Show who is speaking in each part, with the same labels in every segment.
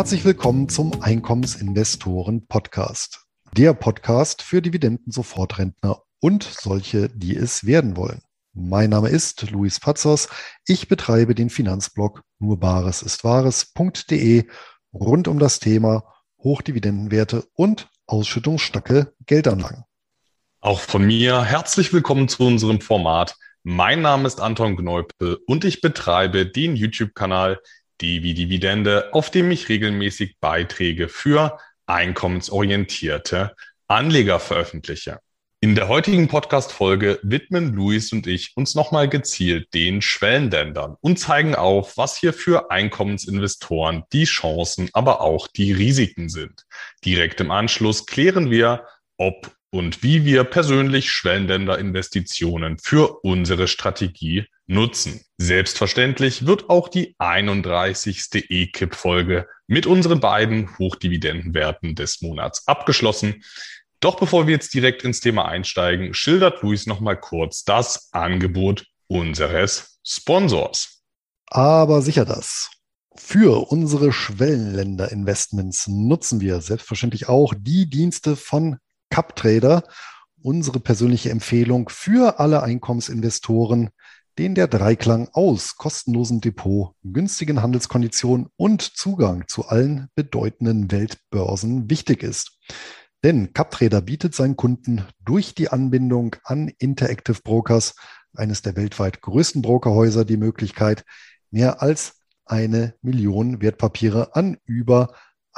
Speaker 1: Herzlich willkommen zum Einkommensinvestoren-Podcast. Der Podcast für Dividenden-Sofortrentner und solche, die es werden wollen. Mein Name ist Luis Pazos. Ich betreibe den Finanzblog nurbaresistwahres.de rund um das Thema Hochdividendenwerte und ausschüttungsstarke Geldanlagen.
Speaker 2: Auch von mir herzlich willkommen zu unserem Format. Mein Name ist Anton Gneupel und ich betreibe den YouTube-Kanal DEVI Dividende, auf dem ich regelmäßig Beiträge für einkommensorientierte Anleger veröffentliche. In der heutigen Podcast-Folge widmen Luis und ich uns nochmal gezielt den Schwellenländern und zeigen auf, was hier für Einkommensinvestoren die Chancen, aber auch die Risiken sind. Direkt im Anschluss klären wir, ob und wie wir persönlich Schwellenländer-Investitionen für unsere Strategie nutzen. Selbstverständlich wird auch die 31. EKIP-Folge mit unseren beiden Hochdividendenwerten des Monats abgeschlossen. Doch bevor wir jetzt direkt ins Thema einsteigen, schildert Luis nochmal kurz das Angebot unseres Sponsors.
Speaker 1: Aber sicher das. Für unsere Schwellenländer-Investments nutzen wir selbstverständlich auch die Dienste von CupTrader, unsere persönliche Empfehlung für alle Einkommensinvestoren, denen der Dreiklang aus kostenlosem Depot, günstigen Handelskonditionen und Zugang zu allen bedeutenden Weltbörsen wichtig ist. Denn CupTrader bietet seinen Kunden durch die Anbindung an Interactive Brokers, eines der weltweit größten Brokerhäuser, die Möglichkeit, mehr als 1 Million Wertpapiere an über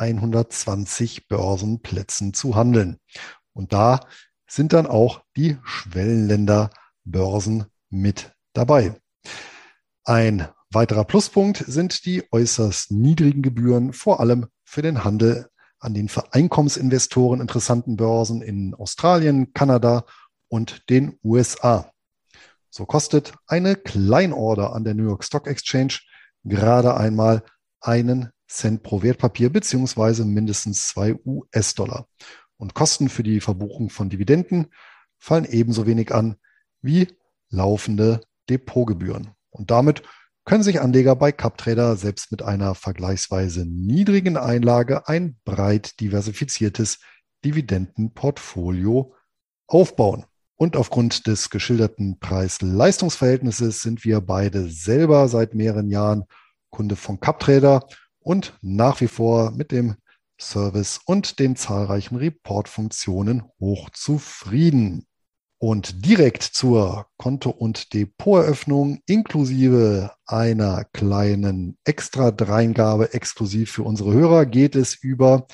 Speaker 1: 120 Börsenplätzen zu handeln. Und da sind dann auch die Schwellenländerbörsen mit dabei. Ein weiterer Pluspunkt sind die äußerst niedrigen Gebühren, vor allem für den Handel an den für Einkommensinvestoren interessanten Börsen in Australien, Kanada und den USA. So kostet eine Kleinorder an der New York Stock Exchange gerade einmal 1 Cent pro Wertpapier beziehungsweise mindestens 2 US-Dollar. Und Kosten für die Verbuchung von Dividenden fallen ebenso wenig an wie laufende Depotgebühren. Und damit können sich Anleger bei CupTrader selbst mit einer vergleichsweise niedrigen Einlage ein breit diversifiziertes Dividendenportfolio aufbauen. Und aufgrund des geschilderten Preis-Leistungs-Verhältnisses sind wir beide selber seit mehreren Jahren Kunde von CupTrader und nach wie vor mit dem Service und den zahlreichen Report-Funktionen hochzufrieden. Und direkt zur Konto- und Depoteröffnung inklusive einer kleinen Extra-Dreingabe exklusiv für unsere Hörer geht es über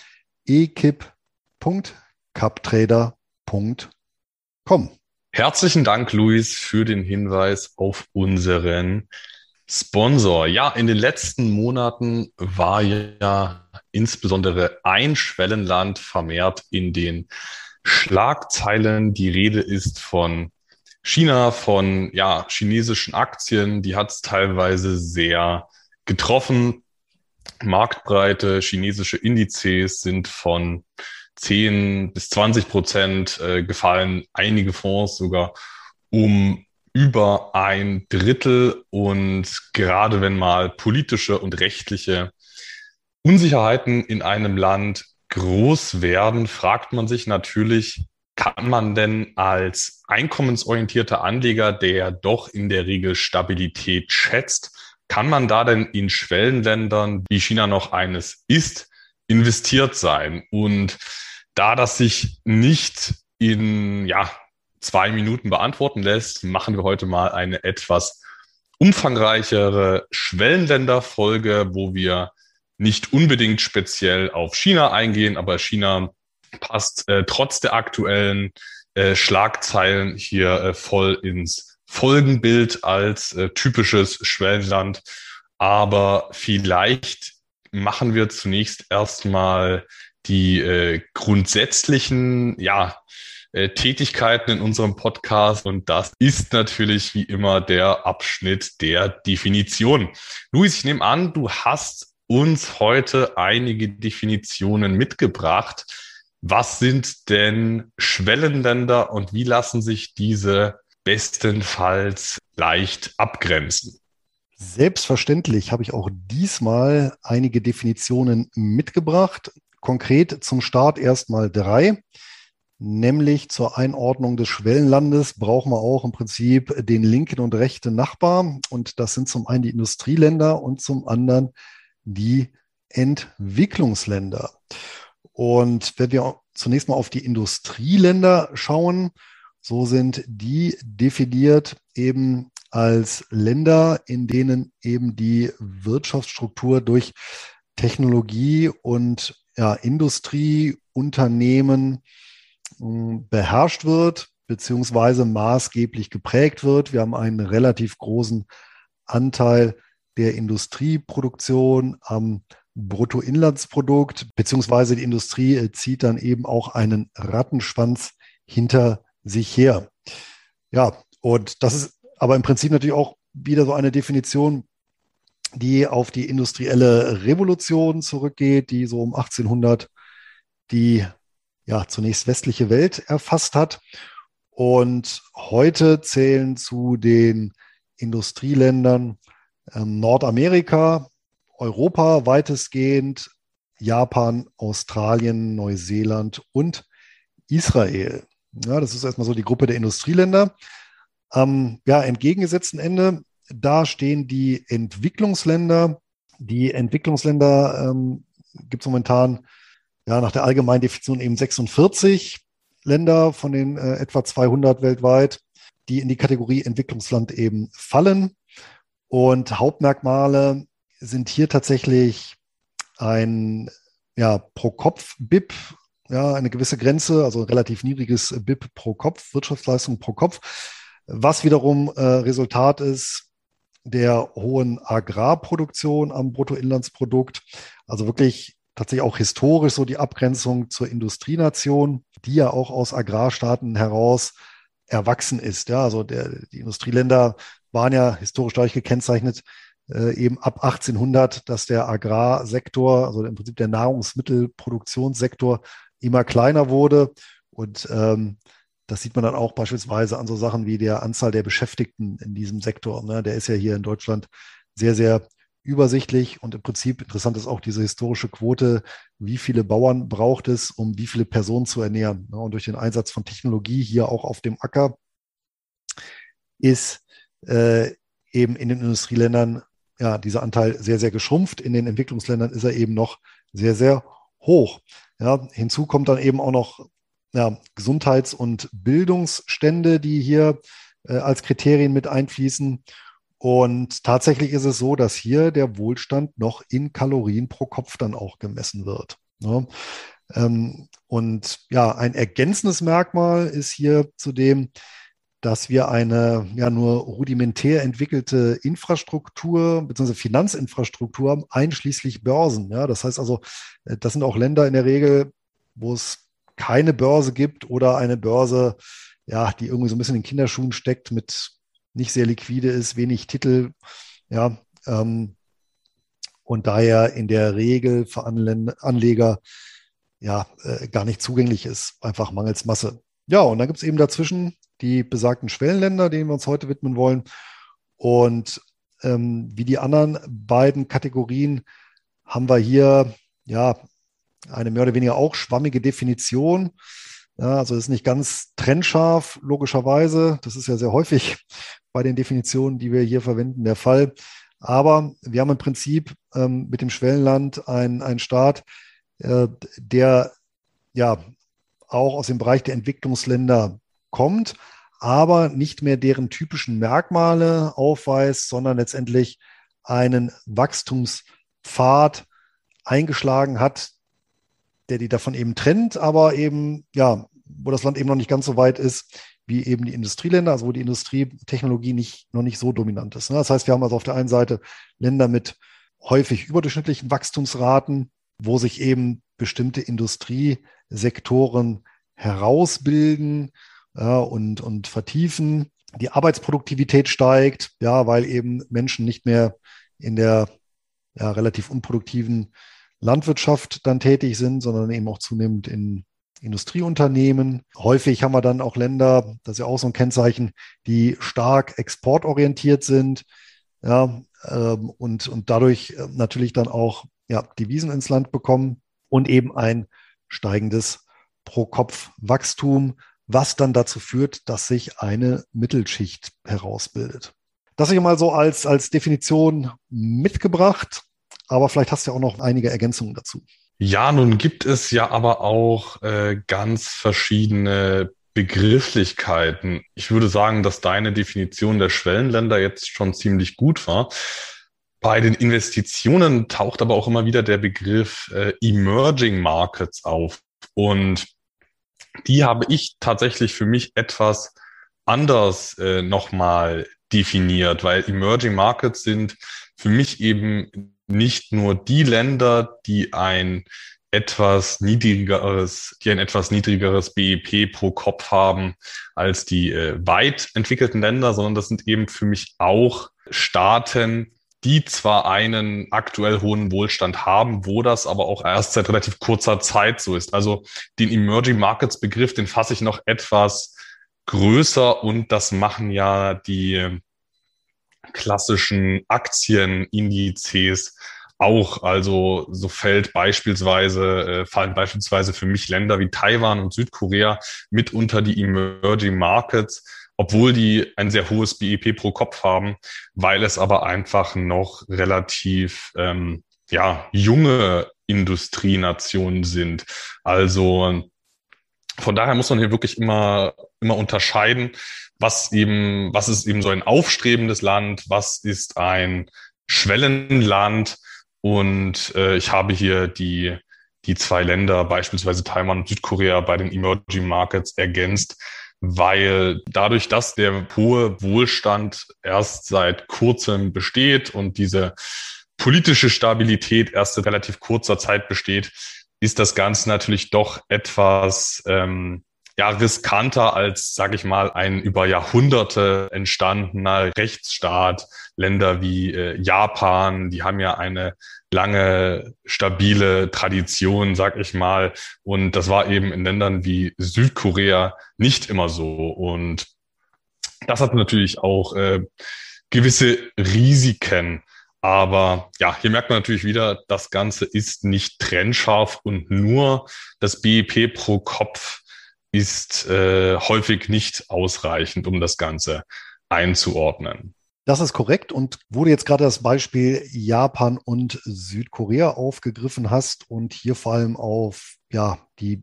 Speaker 1: ekip.cuptrader.com.
Speaker 2: Herzlichen Dank, Luis, für den Hinweis auf unseren Sponsor. Ja, in den letzten Monaten war ja insbesondere ein Schwellenland vermehrt in den Schlagzeilen. Die Rede ist von China, von chinesischen Aktien. Die hat es teilweise sehr getroffen. Marktbreite, chinesische Indizes sind von 10-20% gefallen. Einige Fonds sogar um über 1/3. Und gerade wenn mal politische und rechtliche Unsicherheiten in einem Land groß werden, fragt man sich natürlich, kann man denn als einkommensorientierter Anleger, der doch in der Regel Stabilität schätzt, kann man da denn in Schwellenländern, wie China noch eines ist, investiert sein? Und da das sich nicht in 2 Minuten beantworten lässt, machen wir heute mal eine etwas umfangreichere Schwellenländerfolge, wo wir nicht unbedingt speziell auf China eingehen, aber China passt trotz der aktuellen Schlagzeilen hier voll ins Folgenbild als typisches Schwellenland. Aber vielleicht machen wir zunächst erstmal die grundsätzlichen Tätigkeiten in unserem Podcast. Und das ist natürlich wie immer der Abschnitt der Definition. Luis, ich nehme an, du hast uns heute einige Definitionen mitgebracht. Was sind denn Schwellenländer und wie lassen sich diese bestenfalls leicht abgrenzen?
Speaker 1: Selbstverständlich habe ich auch diesmal einige Definitionen mitgebracht. Konkret zum Start erstmal drei, nämlich zur Einordnung des Schwellenlandes brauchen wir auch im Prinzip den linken und rechten Nachbar. Und das sind zum einen die Industrieländer und zum anderen die Entwicklungsländer. Und wenn wir zunächst mal auf die Industrieländer schauen, so sind die definiert eben als Länder, in denen eben die Wirtschaftsstruktur durch Technologie und Industrieunternehmen beherrscht wird, beziehungsweise maßgeblich geprägt wird. Wir haben einen relativ großen Anteil der Industrieproduktion am Bruttoinlandsprodukt, beziehungsweise die Industrie zieht dann eben auch einen Rattenschwanz hinter sich her. Ja, und das ist aber im Prinzip natürlich auch wieder so eine Definition, die auf die industrielle Revolution zurückgeht, die so um 1800 die zunächst westliche Welt erfasst hat. Und heute zählen zu den Industrieländern Nordamerika, Europa weitestgehend, Japan, Australien, Neuseeland und Israel. Ja, das ist erstmal so die Gruppe der Industrieländer. Am entgegengesetzten Ende, da stehen die Entwicklungsländer. Die Entwicklungsländer gibt es momentan nach der allgemeinen Definition eben 46 Länder von den etwa 200 weltweit, die in die Kategorie Entwicklungsland eben fallen. Und Hauptmerkmale sind hier tatsächlich ein Pro-Kopf-BIP, eine gewisse Grenze, also ein relativ niedriges BIP pro Kopf, Wirtschaftsleistung pro Kopf, was wiederum Resultat ist der hohen Agrarproduktion am Bruttoinlandsprodukt, also wirklich tatsächlich auch historisch so die Abgrenzung zur Industrienation, die ja auch aus Agrarstaaten heraus erwachsen ist. Ja, also die Industrieländer waren ja historisch dadurch gekennzeichnet, eben ab 1800, dass der Agrarsektor, also im Prinzip der Nahrungsmittelproduktionssektor, immer kleiner wurde. Und das sieht man dann auch beispielsweise an so Sachen wie der Anzahl der Beschäftigten in diesem Sektor. Ne? Der ist ja hier in Deutschland sehr, sehr übersichtlich und im Prinzip interessant ist auch diese historische Quote, wie viele Bauern braucht es, um wie viele Personen zu ernähren. Ne? Und durch den Einsatz von Technologie hier auch auf dem Acker ist eben in den Industrieländern dieser Anteil sehr, sehr geschrumpft. In den Entwicklungsländern ist er eben noch sehr, sehr hoch. Ja, hinzu kommt dann eben auch noch Gesundheits- und Bildungsstände, die hier als Kriterien mit einfließen. Und tatsächlich ist es so, dass hier der Wohlstand noch in Kalorien pro Kopf dann auch gemessen wird. Ne? Und ein ergänzendes Merkmal ist hier zudem, dass wir eine nur rudimentär entwickelte Infrastruktur bzw. Finanzinfrastruktur haben, einschließlich Börsen. Ja, das heißt also, das sind auch Länder in der Regel, wo es keine Börse gibt oder eine Börse, die irgendwie so ein bisschen in den Kinderschuhen steckt, mit nicht sehr liquide ist, wenig Titel, und daher in der Regel für Anleger gar nicht zugänglich ist, einfach mangels Masse. Ja, und dann gibt es eben dazwischen die besagten Schwellenländer, denen wir uns heute widmen wollen. Und wie die anderen beiden Kategorien haben wir hier eine mehr oder weniger auch schwammige Definition. Ja, also ist nicht ganz trennscharf, logischerweise. Das ist ja sehr häufig bei den Definitionen, die wir hier verwenden, der Fall. Aber wir haben im Prinzip mit dem Schwellenland einen Staat, der auch aus dem Bereich der Entwicklungsländer kommt, aber nicht mehr deren typischen Merkmale aufweist, sondern letztendlich einen Wachstumspfad eingeschlagen hat, der die davon eben trennt, aber eben, wo das Land eben noch nicht ganz so weit ist wie eben die Industrieländer, also wo die Industrietechnologie noch nicht so dominant ist. Das heißt, wir haben also auf der einen Seite Länder mit häufig überdurchschnittlichen Wachstumsraten, wo sich eben bestimmte Industriesektoren herausbilden und vertiefen. Die Arbeitsproduktivität steigt, weil eben Menschen nicht mehr in der relativ unproduktiven Landwirtschaft dann tätig sind, sondern eben auch zunehmend in Industrieunternehmen. Häufig haben wir dann auch Länder, das ist ja auch so ein Kennzeichen, die stark exportorientiert sind, ja, und dadurch natürlich dann auch ja, Devisen ins Land bekommen und eben ein steigendes Pro-Kopf-Wachstum, was dann dazu führt, dass sich eine Mittelschicht herausbildet. Das habe ich mal so als Definition mitgebracht, aber vielleicht hast du ja auch noch einige Ergänzungen dazu.
Speaker 2: Ja, nun gibt es ja aber auch ganz verschiedene Begrifflichkeiten. Ich würde sagen, dass deine Definition der Schwellenländer jetzt schon ziemlich gut war. Bei den Investitionen taucht aber auch immer wieder der Begriff Emerging Markets auf. Und die habe ich tatsächlich für mich etwas anders nochmal definiert, weil Emerging Markets sind für mich eben nicht nur die Länder, die ein etwas niedrigeres BIP pro Kopf haben als die weit entwickelten Länder, sondern das sind eben für mich auch Staaten, die zwar einen aktuell hohen Wohlstand haben, wo das aber auch erst seit relativ kurzer Zeit so ist. Also den Emerging Markets Begriff, den fasse ich noch etwas größer, und das machen ja die klassischen Aktienindizes auch. Also so fallen beispielsweise für mich Länder wie Taiwan und Südkorea mit unter die Emerging Markets, obwohl die ein sehr hohes BIP pro Kopf haben, weil es aber einfach noch relativ junge Industrienationen sind. Also von daher muss man hier wirklich immer unterscheiden, was ist eben so ein aufstrebendes Land, was ist ein Schwellenland. Und ich habe hier die zwei Länder, beispielsweise Taiwan und Südkorea, bei den Emerging Markets ergänzt, weil dadurch, dass der hohe Wohlstand erst seit kurzem besteht und diese politische Stabilität erst seit relativ kurzer Zeit besteht, ist das Ganze natürlich doch etwas riskanter als, sage ich mal, ein über Jahrhunderte entstandener Rechtsstaat. Länder wie Japan, die haben ja eine lange stabile Tradition, sag ich mal. Und das war eben in Ländern wie Südkorea nicht immer so. Und das hat natürlich auch gewisse Risiken. Aber ja, hier merkt man natürlich wieder, das Ganze ist nicht trennscharf, und nur das BIP pro Kopf ist häufig nicht ausreichend, um das Ganze einzuordnen.
Speaker 1: Das ist korrekt. Und wo du jetzt gerade das Beispiel Japan und Südkorea aufgegriffen hast und hier vor allem auf ja, die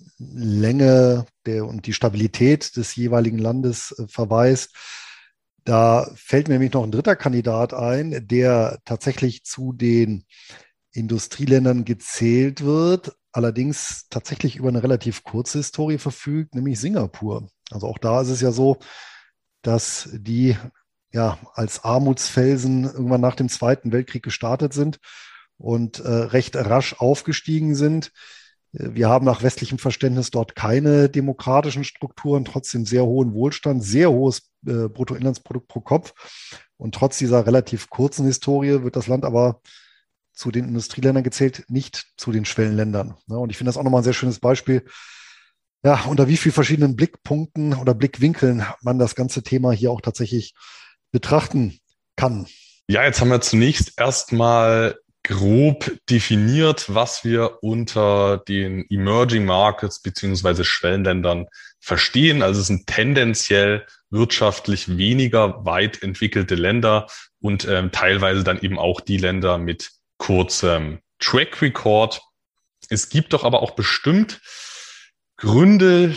Speaker 1: Länge und die Stabilität des jeweiligen Landes verweist, da fällt mir nämlich noch ein dritter Kandidat ein, der tatsächlich zu den Industrieländern gezählt wird, allerdings tatsächlich über eine relativ kurze Historie verfügt, nämlich Singapur. Also auch da ist es ja so, dass die ja als Armutsfelsen irgendwann nach dem Zweiten Weltkrieg gestartet sind und recht rasch aufgestiegen sind. Wir haben nach westlichem Verständnis dort keine demokratischen Strukturen, trotzdem sehr hohen Wohlstand, sehr hohes Bruttoinlandsprodukt pro Kopf. Und trotz dieser relativ kurzen Historie wird das Land aber zu den Industrieländern gezählt, nicht zu den Schwellenländern. Ja, und ich finde das auch nochmal ein sehr schönes Beispiel, ja, unter wie vielen verschiedenen Blickpunkten oder Blickwinkeln man das ganze Thema hier auch tatsächlich betrachten kann.
Speaker 2: Ja, jetzt haben wir zunächst erstmal grob definiert, was wir unter den Emerging Markets beziehungsweise Schwellenländern verstehen. Also es sind tendenziell wirtschaftlich weniger weit entwickelte Länder und teilweise dann eben auch die Länder mit kurzem Track Record. Es gibt doch aber auch bestimmt Gründe,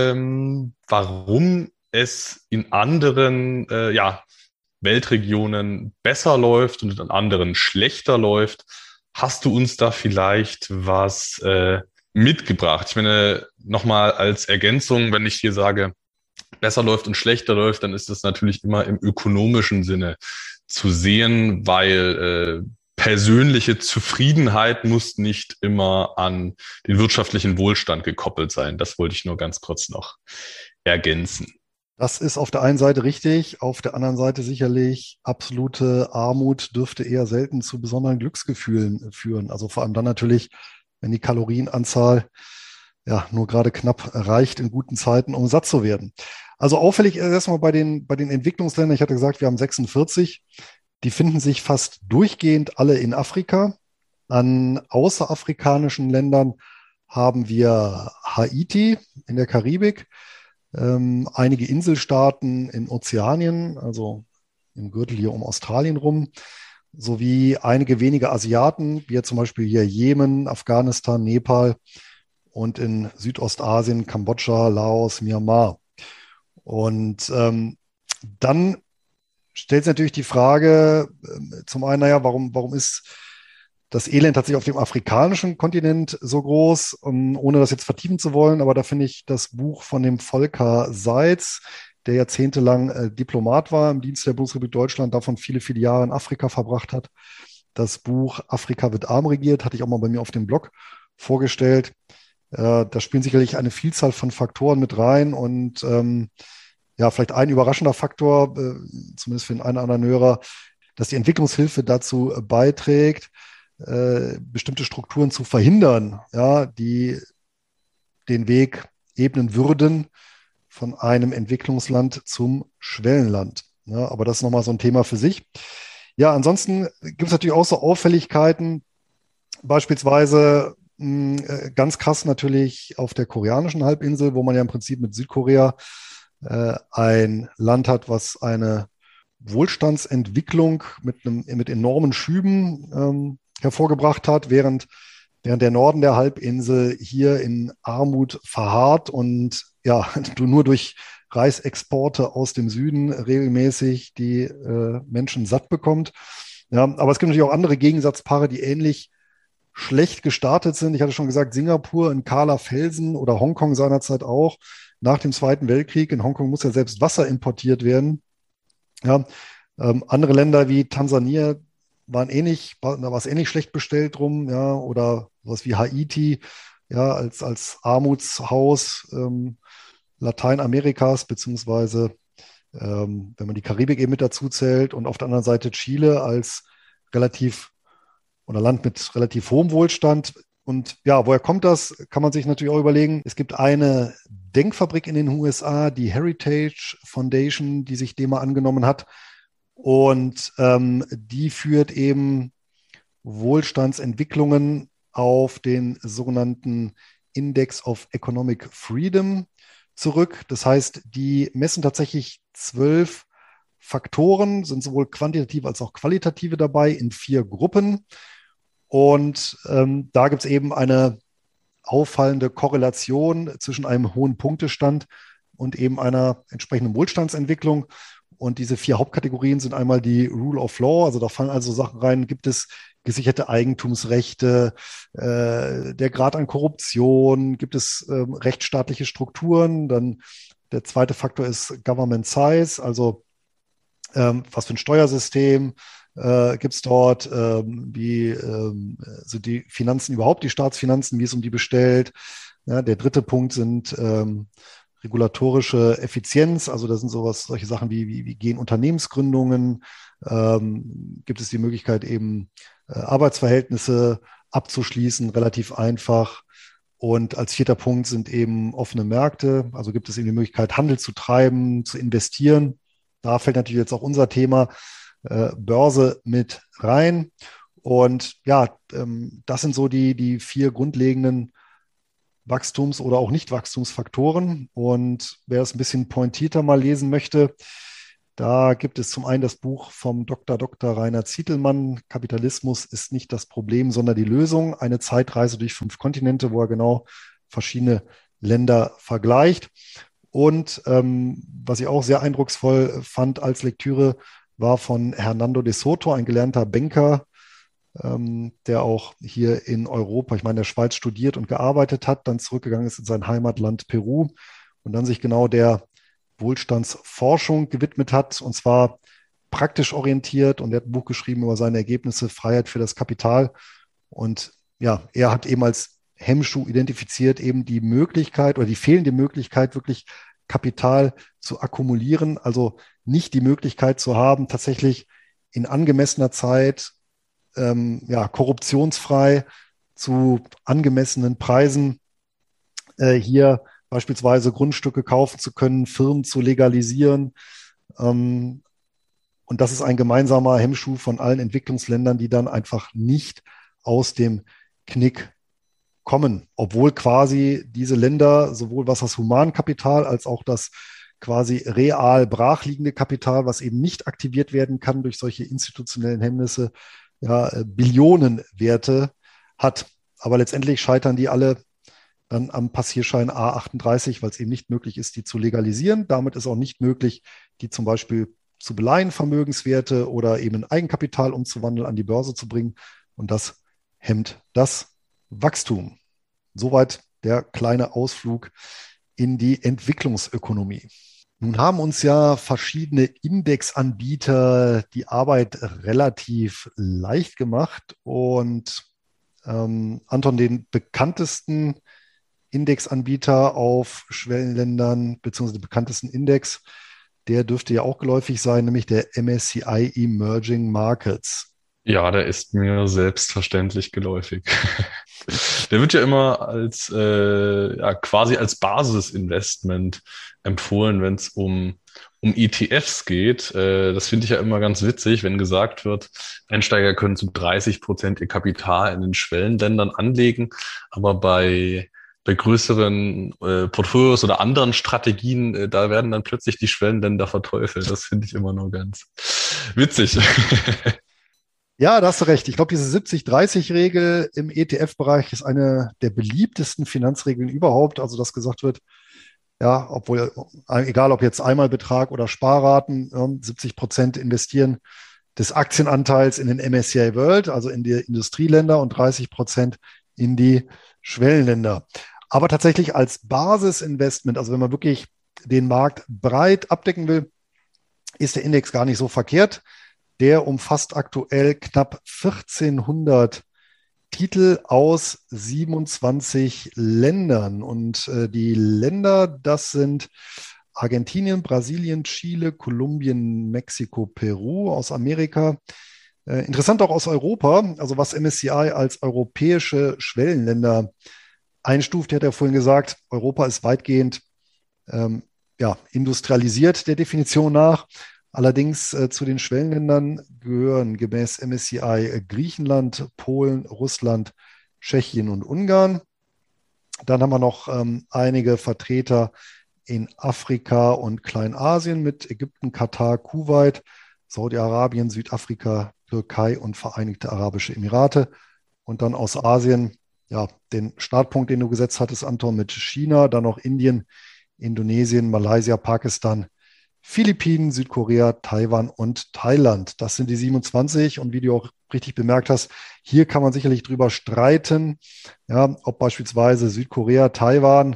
Speaker 2: warum es in anderen Weltregionen besser läuft und in anderen schlechter läuft. Hast du uns da vielleicht was mitgebracht? Ich meine, nochmal als Ergänzung, wenn ich hier sage, besser läuft und schlechter läuft, dann ist das natürlich immer im ökonomischen Sinne zu sehen, weil persönliche Zufriedenheit muss nicht immer an den wirtschaftlichen Wohlstand gekoppelt sein. Das wollte ich nur ganz kurz noch ergänzen.
Speaker 1: Das ist auf der einen Seite richtig, auf der anderen Seite sicherlich absolute Armut dürfte eher selten zu besonderen Glücksgefühlen führen. Also vor allem dann natürlich, wenn die Kalorienanzahl ja nur gerade knapp reicht in guten Zeiten, um satt zu werden. Also auffällig ist erstmal bei den Entwicklungsländern, ich hatte gesagt, wir haben 46. Die finden sich fast durchgehend alle in Afrika. An außerafrikanischen Ländern haben wir Haiti in der Karibik, einige Inselstaaten in Ozeanien, also im Gürtel hier um Australien rum, sowie einige wenige Asiaten, wie zum Beispiel hier Jemen, Afghanistan, Nepal und in Südostasien, Kambodscha, Laos, Myanmar. Und dann stellt sich natürlich die Frage, zum einen, naja, warum ist das Elend tatsächlich auf dem afrikanischen Kontinent so groß, ohne das jetzt vertiefen zu wollen, aber da finde ich das Buch von dem Volker Seitz, der jahrzehntelang Diplomat war im Dienst der Bundesrepublik Deutschland, davon viele, viele Jahre in Afrika verbracht hat. Das Buch Afrika wird arm regiert, hatte ich auch mal bei mir auf dem Blog vorgestellt. Da spielen sicherlich eine Vielzahl von Faktoren mit rein und ja, vielleicht ein überraschender Faktor, zumindest für den einen oder anderen Hörer, dass die Entwicklungshilfe dazu beiträgt, bestimmte Strukturen zu verhindern, ja, die den Weg ebnen würden von einem Entwicklungsland zum Schwellenland. Ja, aber das ist nochmal so ein Thema für sich. Ja, ansonsten gibt es natürlich auch so Auffälligkeiten, beispielsweise ganz krass natürlich auf der koreanischen Halbinsel, wo man ja im Prinzip mit Südkorea ein Land hat, was eine Wohlstandsentwicklung mit enormen Schüben hervorgebracht hat, während der Norden der Halbinsel hier in Armut verharrt und ja, nur durch Reisexporte aus dem Süden regelmäßig die Menschen satt bekommt. Ja, aber es gibt natürlich auch andere Gegensatzpaare, die ähnlich schlecht gestartet sind. Ich hatte schon gesagt, Singapur, ein kahler Felsen oder Hongkong seinerzeit auch. Nach dem Zweiten Weltkrieg, in Hongkong muss ja selbst Wasser importiert werden. Ja, andere Länder wie Tansania da war es ähnlich schlecht bestellt drum, ja, oder was wie Haiti, ja, als Armutshaus Lateinamerikas, beziehungsweise wenn man die Karibik eben mit dazu zählt und auf der anderen Seite Chile als Land mit relativ hohem Wohlstand. Und ja, woher kommt das? Kann man sich natürlich auch überlegen. Es gibt eine Denkfabrik in den USA, die Heritage Foundation, die sich dem mal angenommen hat. Und die führt eben Wohlstandsentwicklungen auf den sogenannten Index of Economic Freedom zurück. Das heißt, die messen tatsächlich 12 Faktoren, sind sowohl quantitative als auch qualitative dabei in 4 Gruppen. Und da gibt es eben eine auffallende Korrelation zwischen einem hohen Punktestand und eben einer entsprechenden Wohlstandsentwicklung. Und diese 4 Hauptkategorien sind einmal die Rule of Law, also da fallen also Sachen rein, gibt es gesicherte Eigentumsrechte, der Grad an Korruption, gibt es rechtsstaatliche Strukturen, dann der zweite Faktor ist Government Size, also was für ein Steuersystem gibt es dort, wie sind die Finanzen überhaupt, die Staatsfinanzen, wie es um die bestellt. Ja, der dritte Punkt sind regulatorische Effizienz, also das sind solche Sachen wie gehen Unternehmensgründungen, gibt es die Möglichkeit eben Arbeitsverhältnisse abzuschließen, relativ einfach. Und als 4. Punkt sind eben offene Märkte, also gibt es eben die Möglichkeit, Handel zu treiben, zu investieren. Da fällt natürlich jetzt auch unser Thema Börse mit rein. Und ja, das sind so die 4 grundlegenden Wachstums- oder auch Nicht-Wachstumsfaktoren. Und wer es ein bisschen pointierter mal lesen möchte, da gibt es zum einen das Buch vom Dr. Rainer Zietelmann, Kapitalismus ist nicht das Problem, sondern die Lösung. Eine Zeitreise durch 5 Kontinente, wo er genau verschiedene Länder vergleicht. Und was ich auch sehr eindrucksvoll fand als Lektüre, war von Hernando de Soto, ein gelernter Banker, der auch hier in Europa, ich meine, der Schweiz studiert und gearbeitet hat, dann zurückgegangen ist in sein Heimatland Peru und dann sich genau der Wohlstandsforschung gewidmet hat, und zwar praktisch orientiert. Und er hat ein Buch geschrieben über seine Ergebnisse, Freiheit für das Kapital. Und ja, er hat eben als Hemmschuh identifiziert, eben die Möglichkeit oder die fehlende Möglichkeit, wirklich Kapital zu akkumulieren, also nicht die Möglichkeit zu haben, tatsächlich in angemessener Zeit korruptionsfrei zu angemessenen Preisen hier beispielsweise Grundstücke kaufen zu können, Firmen zu legalisieren, Und das ist ein gemeinsamer Hemmschuh von allen Entwicklungsländern, die dann einfach nicht aus dem Knick kommen, obwohl quasi diese Länder sowohl was das Humankapital als auch das quasi real brachliegende Kapital, was eben nicht aktiviert werden kann durch solche institutionellen Hemmnisse, ja, Billionenwerte hat. Aber letztendlich scheitern die alle dann am Passierschein A38, weil es eben nicht möglich ist, die zu legalisieren. Damit ist auch nicht möglich, die zum Beispiel zu beleihen, Vermögenswerte oder eben in Eigenkapital umzuwandeln, an die Börse zu bringen. Und das hemmt das Wachstum. Soweit der kleine Ausflug in die Entwicklungsökonomie. Nun haben uns ja verschiedene Indexanbieter die Arbeit relativ leicht gemacht und Anton, den bekanntesten Indexanbieter auf Schwellenländern, beziehungsweise den bekanntesten Index, der dürfte ja auch geläufig sein, nämlich der MSCI Emerging Markets.
Speaker 2: Ja, der ist mir selbstverständlich geläufig. Der wird ja immer als ja, quasi als Basisinvestment empfohlen, wenn es um ETFs geht. Das finde ich ja immer ganz witzig, wenn gesagt wird, Einsteiger können zu 30% ihr Kapital in den Schwellenländern anlegen, aber bei größeren Portfolios oder anderen Strategien, da werden dann plötzlich die Schwellenländer verteufelt. Das finde ich immer nur ganz witzig.
Speaker 1: Ja, da hast du recht. Ich glaube, diese 70-30-Regel im ETF-Bereich ist eine der beliebtesten Finanzregeln überhaupt. Also, dass gesagt wird, ja, obwohl, egal ob jetzt Einmalbetrag oder Sparraten, 70% investieren des Aktienanteils in den MSCI World, also in die Industrieländer, und 30% in die Schwellenländer. Aber tatsächlich als Basisinvestment, also wenn man wirklich den Markt breit abdecken will, ist der Index gar nicht so verkehrt. Der umfasst aktuell knapp 1400 Titel aus 27 Ländern. Und die Länder, das sind Argentinien, Brasilien, Chile, Kolumbien, Mexiko, Peru, aus Amerika. Interessant auch aus Europa, also was MSCI als europäische Schwellenländer einstuft, hat er vorhin gesagt, Europa ist weitgehend ja, industrialisiert der Definition nach. Allerdings zu den Schwellenländern gehören gemäß MSCI Griechenland, Polen, Russland, Tschechien und Ungarn. Dann haben wir noch einige Vertreter in Afrika und Kleinasien mit Ägypten, Katar, Kuwait, Saudi-Arabien, Südafrika, Türkei und Vereinigte Arabische Emirate. Und dann aus Asien, ja, den Startpunkt, den du gesetzt hattest, Anton, mit China, dann noch Indien, Indonesien, Malaysia, Pakistan, Philippinen, Südkorea, Taiwan und Thailand. Das sind die 27. Und wie du auch richtig bemerkt hast, hier kann man sicherlich drüber streiten, ja, ob beispielsweise Südkorea, Taiwan,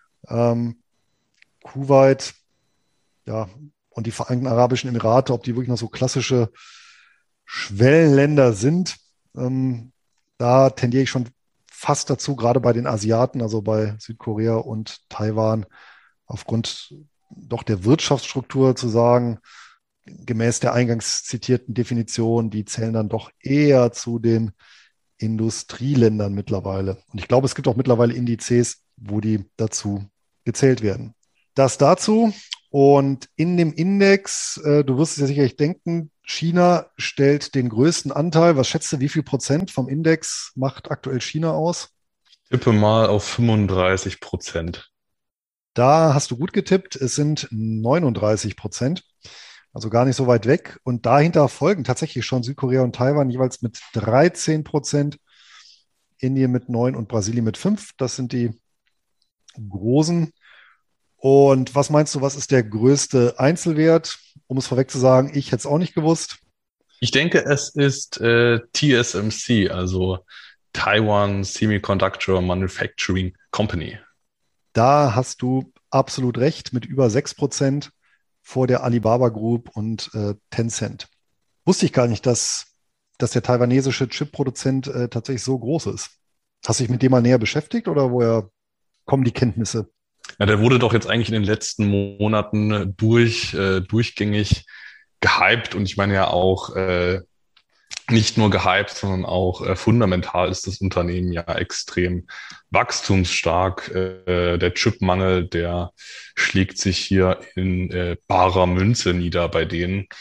Speaker 1: Kuwait, ja, und die Vereinigten Arabischen Emirate, ob die wirklich noch so klassische Schwellenländer sind. Da tendiere ich schon fast dazu, gerade bei den Asiaten, also bei Südkorea und Taiwan, aufgrund doch der Wirtschaftsstruktur zu sagen, gemäß der eingangs zitierten Definition, die zählen dann doch eher zu den Industrieländern mittlerweile. Und ich glaube, es gibt auch mittlerweile Indizes, wo die dazu gezählt werden. Das dazu. Und in dem Index, du wirst es ja sicherlich denken, China stellt den größten Anteil. Was schätzt du, wie viel Prozent vom Index macht aktuell China aus?
Speaker 2: Tippe mal auf 35%.
Speaker 1: Da hast du gut getippt. Es sind 39%, also gar nicht so weit weg. Und dahinter folgen tatsächlich schon Südkorea und Taiwan jeweils mit 13%, Indien mit 9% und Brasilien mit 5%. Das sind die großen. Und was meinst du, was ist der größte Einzelwert? Um es vorweg zu sagen, ich hätte es auch nicht gewusst.
Speaker 2: Ich denke, es ist TSMC, also Taiwan Semiconductor Manufacturing Company.
Speaker 1: Da hast du absolut recht, mit über 6% vor der Alibaba Group und Tencent. Wusste ich gar nicht, dass der taiwanesische Chip-Produzent tatsächlich so groß ist. Hast du dich mit dem mal näher beschäftigt oder woher kommen die Kenntnisse?
Speaker 2: Ja, der wurde doch jetzt eigentlich in den letzten Monaten durchgängig gehypt, und ich meine ja auch nicht nur gehypt, sondern auch fundamental ist das Unternehmen ja extrem wachstumsstark. Der Chipmangel, der schlägt sich hier in barer Münze nieder bei denen.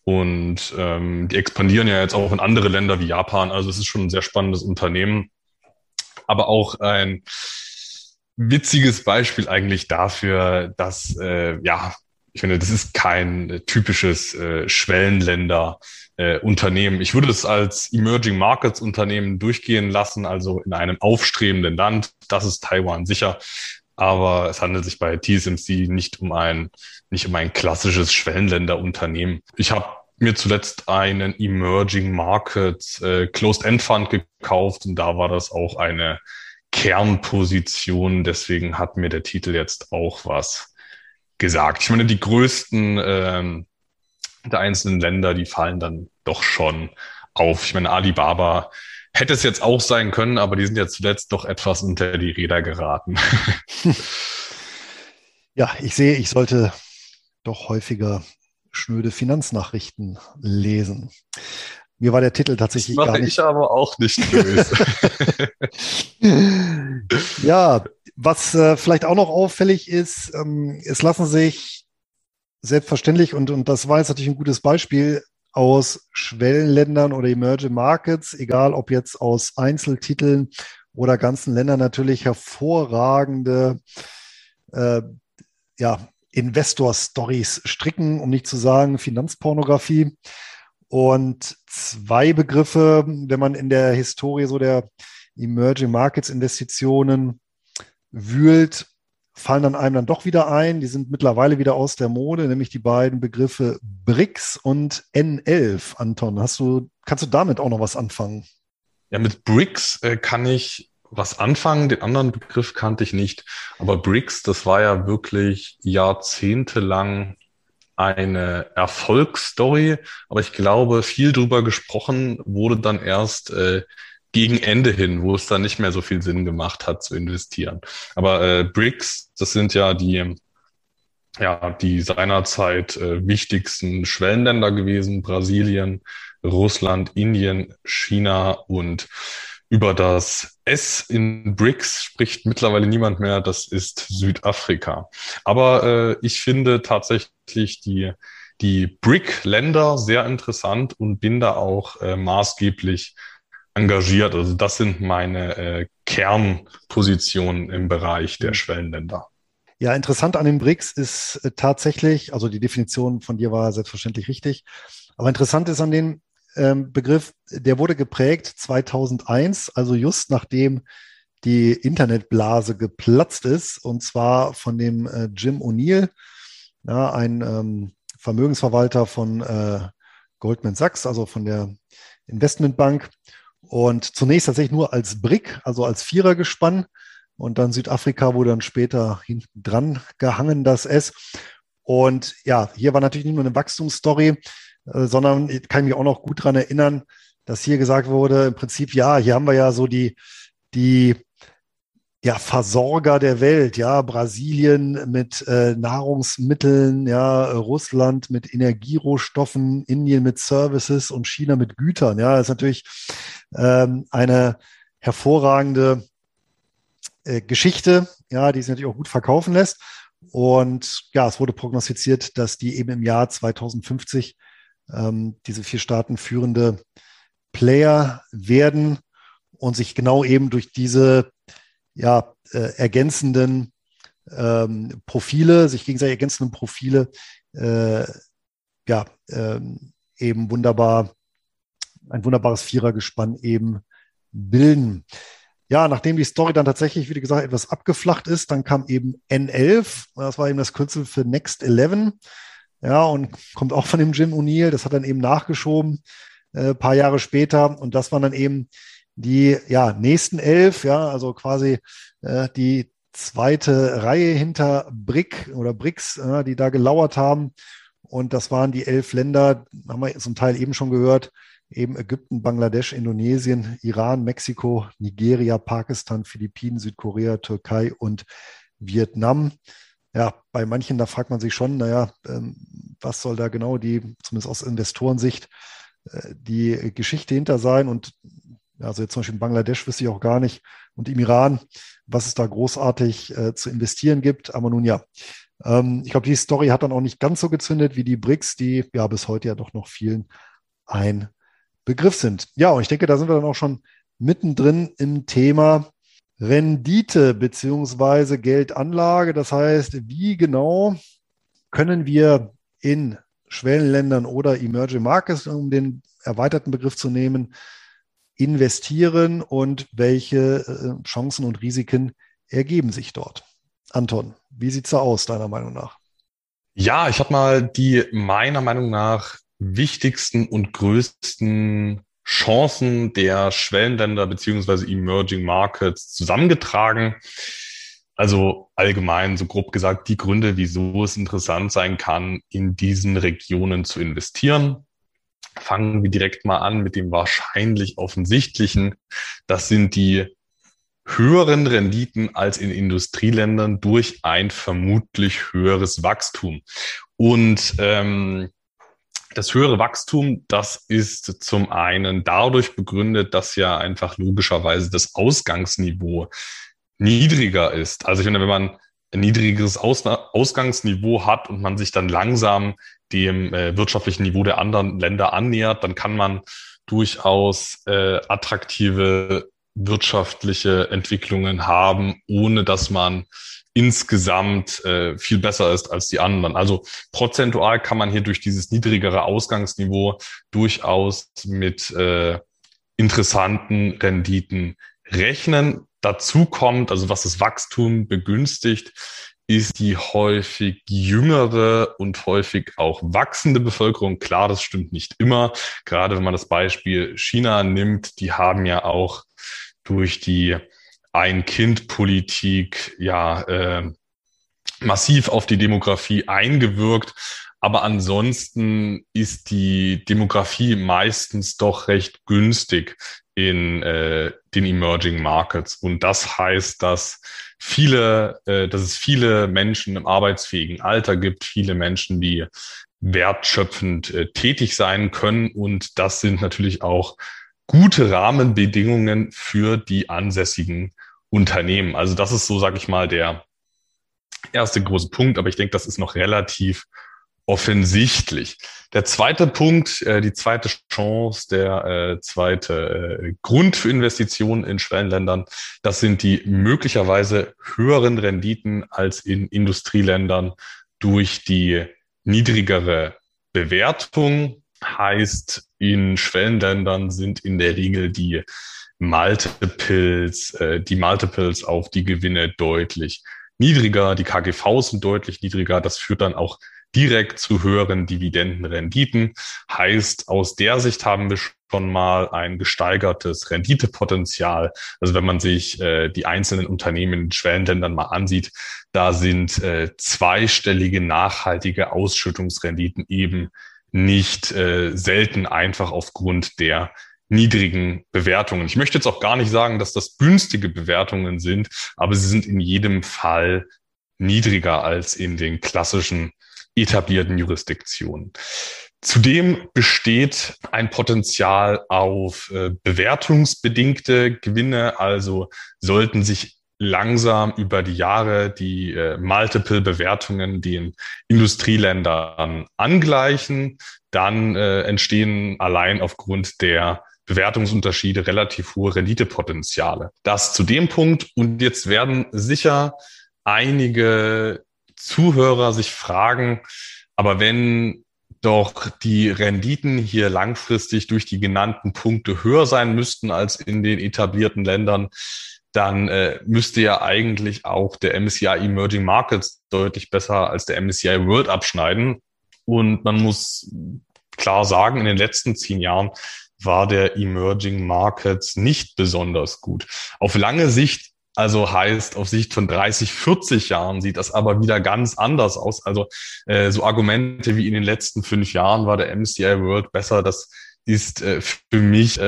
Speaker 2: Und die expandieren ja jetzt auch in andere Länder wie Japan. Also es ist schon ein sehr spannendes Unternehmen, aber auch ein witziges Beispiel eigentlich dafür, dass, ich finde, das ist kein typisches Schwellenländer. Unternehmen. Ich würde es als Emerging Markets Unternehmen durchgehen lassen, also in einem aufstrebenden Land. Das ist Taiwan sicher. Aber es handelt sich bei TSMC nicht um ein klassisches Schwellenländerunternehmen. Ich habe mir zuletzt einen Emerging Markets Closed-End Fund gekauft und da war das auch eine Kernposition. Deswegen hat mir der Titel jetzt auch was gesagt. Ich meine, die größten der einzelnen Länder, die fallen dann doch schon auf. Ich meine, Alibaba hätte es jetzt auch sein können, aber die sind ja zuletzt doch etwas unter die Räder geraten.
Speaker 1: Ja, ich sehe, ich sollte doch häufiger schnöde Finanznachrichten lesen. Mir war der Titel
Speaker 2: Das
Speaker 1: tatsächlich gar
Speaker 2: mache
Speaker 1: nicht.
Speaker 2: ich aber auch nicht böse.
Speaker 1: Ja, was vielleicht auch noch auffällig ist, es lassen sich selbstverständlich, und das war jetzt natürlich ein gutes Beispiel, aus Schwellenländern oder Emerging Markets, egal ob jetzt aus Einzeltiteln oder ganzen Ländern, natürlich hervorragende äh, ja, Investor-Stories stricken, um nicht zu sagen Finanzpornografie. Und zwei Begriffe, wenn man in der Historie so der Emerging Markets Investitionen wühlt, fallen dann einem dann doch wieder ein. Die sind mittlerweile wieder aus der Mode, nämlich die beiden Begriffe BRICS und N11. Anton, kannst du damit auch noch was anfangen?
Speaker 2: Ja, mit BRICS kann ich was anfangen. Den anderen Begriff kannte ich nicht. Aber BRICS, das war ja wirklich jahrzehntelang eine Erfolgsstory, aber ich glaube, viel drüber gesprochen wurde dann erst gegen Ende hin, wo es dann nicht mehr so viel Sinn gemacht hat zu investieren. Aber BRICS, das sind die seinerzeit wichtigsten Schwellenländer gewesen: Brasilien, Russland, Indien, China, und über das S in BRICS spricht mittlerweile niemand mehr. Das ist Südafrika. Aber ich finde tatsächlich die BRIC-Länder sehr interessant und bin da auch maßgeblich engagiert. Also das sind meine Kernpositionen im Bereich der Schwellenländer.
Speaker 1: Ja, interessant an den BRICS ist tatsächlich, also die Definition von dir war selbstverständlich richtig, aber interessant ist an den Begriff, der wurde geprägt 2001, also just nachdem die Internetblase geplatzt ist, und zwar von dem Jim O'Neill, ja, ein Vermögensverwalter von Goldman Sachs, also von der Investmentbank, und zunächst tatsächlich nur als BRIC, also als Vierergespann, und dann Südafrika wurde dann später hinten dran gehangen, das S. Und ja, hier war natürlich nicht nur eine Wachstumsstory, sondern ich kann mich auch noch gut daran erinnern, dass hier gesagt wurde, im Prinzip, ja, hier haben wir ja so die ja, Versorger der Welt, ja, Brasilien mit Nahrungsmitteln, ja, Russland mit Energierohstoffen, Indien mit Services und China mit Gütern. Ja, das ist natürlich eine hervorragende Geschichte, ja, die sich natürlich auch gut verkaufen lässt. Und ja, es wurde prognostiziert, dass die eben im Jahr 2050 diese 4 Staaten führende Player werden und sich genau eben durch diese ergänzenden Profile, sich gegenseitig ergänzenden Profile, eben ein wunderbares Vierergespann eben bilden. Ja, nachdem die Story dann tatsächlich, wie gesagt, etwas abgeflacht ist, dann kam eben N11, das war eben das Kürzel für Next 11, ja, und kommt auch von dem Jim O'Neill, das hat dann eben nachgeschoben, paar Jahre später, und das waren dann eben die nächsten 11, ja, also quasi die zweite Reihe hinter BRIC oder BRICS, die da gelauert haben, und das waren die 11 Länder, haben wir zum Teil eben schon gehört, eben Ägypten, Bangladesch, Indonesien, Iran, Mexiko, Nigeria, Pakistan, Philippinen, Südkorea, Türkei und Vietnam. Ja, bei manchen, da fragt man sich schon, was soll da genau zumindest aus Investorensicht, die Geschichte hinter sein? Und also jetzt zum Beispiel in Bangladesch wüsste ich auch gar nicht, und im Iran, was es da großartig zu investieren gibt. Aber nun ja, Ich glaube, die Story hat dann auch nicht ganz so gezündet wie die BRICS, die ja bis heute ja doch noch vielen ein Begriff sind. Ja, und ich denke, da sind wir dann auch schon mittendrin im Thema Rendite beziehungsweise Geldanlage. Das heißt, wie genau können wir in Schwellenländern oder Emerging Markets, um den erweiterten Begriff zu nehmen, investieren und welche Chancen und Risiken ergeben sich dort? Anton, wie sieht es da aus, deiner Meinung nach?
Speaker 2: Ja, ich habe mal die meiner Meinung nach wichtigsten und größten Chancen der Schwellenländer beziehungsweise Emerging Markets zusammengetragen. Also allgemein, so grob gesagt, die Gründe, wieso es interessant sein kann, in diesen Regionen zu investieren. Fangen wir direkt mal an mit dem wahrscheinlich offensichtlichen. Das sind die höheren Renditen als in Industrieländern durch ein vermutlich höheres Wachstum. Und das höhere Wachstum, das ist zum einen dadurch begründet, dass ja einfach logischerweise das Ausgangsniveau niedriger ist. Also ich finde, wenn man ein niedrigeres Ausgangsniveau hat und man sich dann langsam dem wirtschaftlichen Niveau der anderen Länder annähert, dann kann man durchaus attraktive wirtschaftliche Entwicklungen haben, ohne dass man insgesamt viel besser ist als die anderen. Also prozentual kann man hier durch dieses niedrigere Ausgangsniveau durchaus mit interessanten Renditen rechnen. Dazu kommt, also was das Wachstum begünstigt, ist die häufig jüngere und häufig auch wachsende Bevölkerung. Klar, das stimmt nicht immer. Gerade wenn man das Beispiel China nimmt, die haben ja auch durch die Ein-Kind-Politik massiv auf die Demografie eingewirkt. Aber ansonsten ist die Demografie meistens doch recht günstig in den Emerging Markets. Und das heißt, dass es viele Menschen im arbeitsfähigen Alter gibt, viele Menschen, die wertschöpfend tätig sein können. Und das sind natürlich auch gute Rahmenbedingungen für die ansässigen Unternehmen. Also das ist so, sage ich mal, der erste große Punkt. Aber ich denke, das ist noch relativ offensichtlich. Der zweite Punkt, die zweite Chance, der zweite Grund für Investitionen in Schwellenländern, das sind die möglicherweise höheren Renditen als in Industrieländern durch die niedrigere Bewertung. Heißt, in Schwellenländern sind in der Regel die Multiples auf die Gewinne deutlich niedriger, die KGVs sind deutlich niedriger. Das führt dann auch direkt zu höheren Dividendenrenditen. Heißt, aus der Sicht haben wir schon mal ein gesteigertes Renditepotenzial. Also wenn man sich die einzelnen Unternehmen in Schwellenländern mal ansieht, da sind zweistellige nachhaltige Ausschüttungsrenditen eben nicht selten einfach aufgrund der niedrigen Bewertungen. Ich möchte jetzt auch gar nicht sagen, dass das günstige Bewertungen sind, aber sie sind in jedem Fall niedriger als in den klassischen etablierten Jurisdiktionen. Zudem besteht ein Potenzial auf bewertungsbedingte Gewinne, also sollten sich langsam über die Jahre die Multiple-Bewertungen den Industrieländern angleichen, dann entstehen allein aufgrund der Bewertungsunterschiede relativ hohe Renditepotenziale. Das zu dem Punkt. Und jetzt werden sicher einige Zuhörer sich fragen, aber wenn doch die Renditen hier langfristig durch die genannten Punkte höher sein müssten als in den etablierten Ländern, dann müsste ja eigentlich auch der MSCI Emerging Markets deutlich besser als der MSCI World abschneiden. Und man muss klar sagen, in den letzten 10 Jahren war der Emerging Markets nicht besonders gut. Auf lange Sicht, also heißt auf Sicht von 30, 40 Jahren, sieht das aber wieder ganz anders aus. Also so Argumente wie in den letzten 5 Jahren war der MSCI World besser, das ist für mich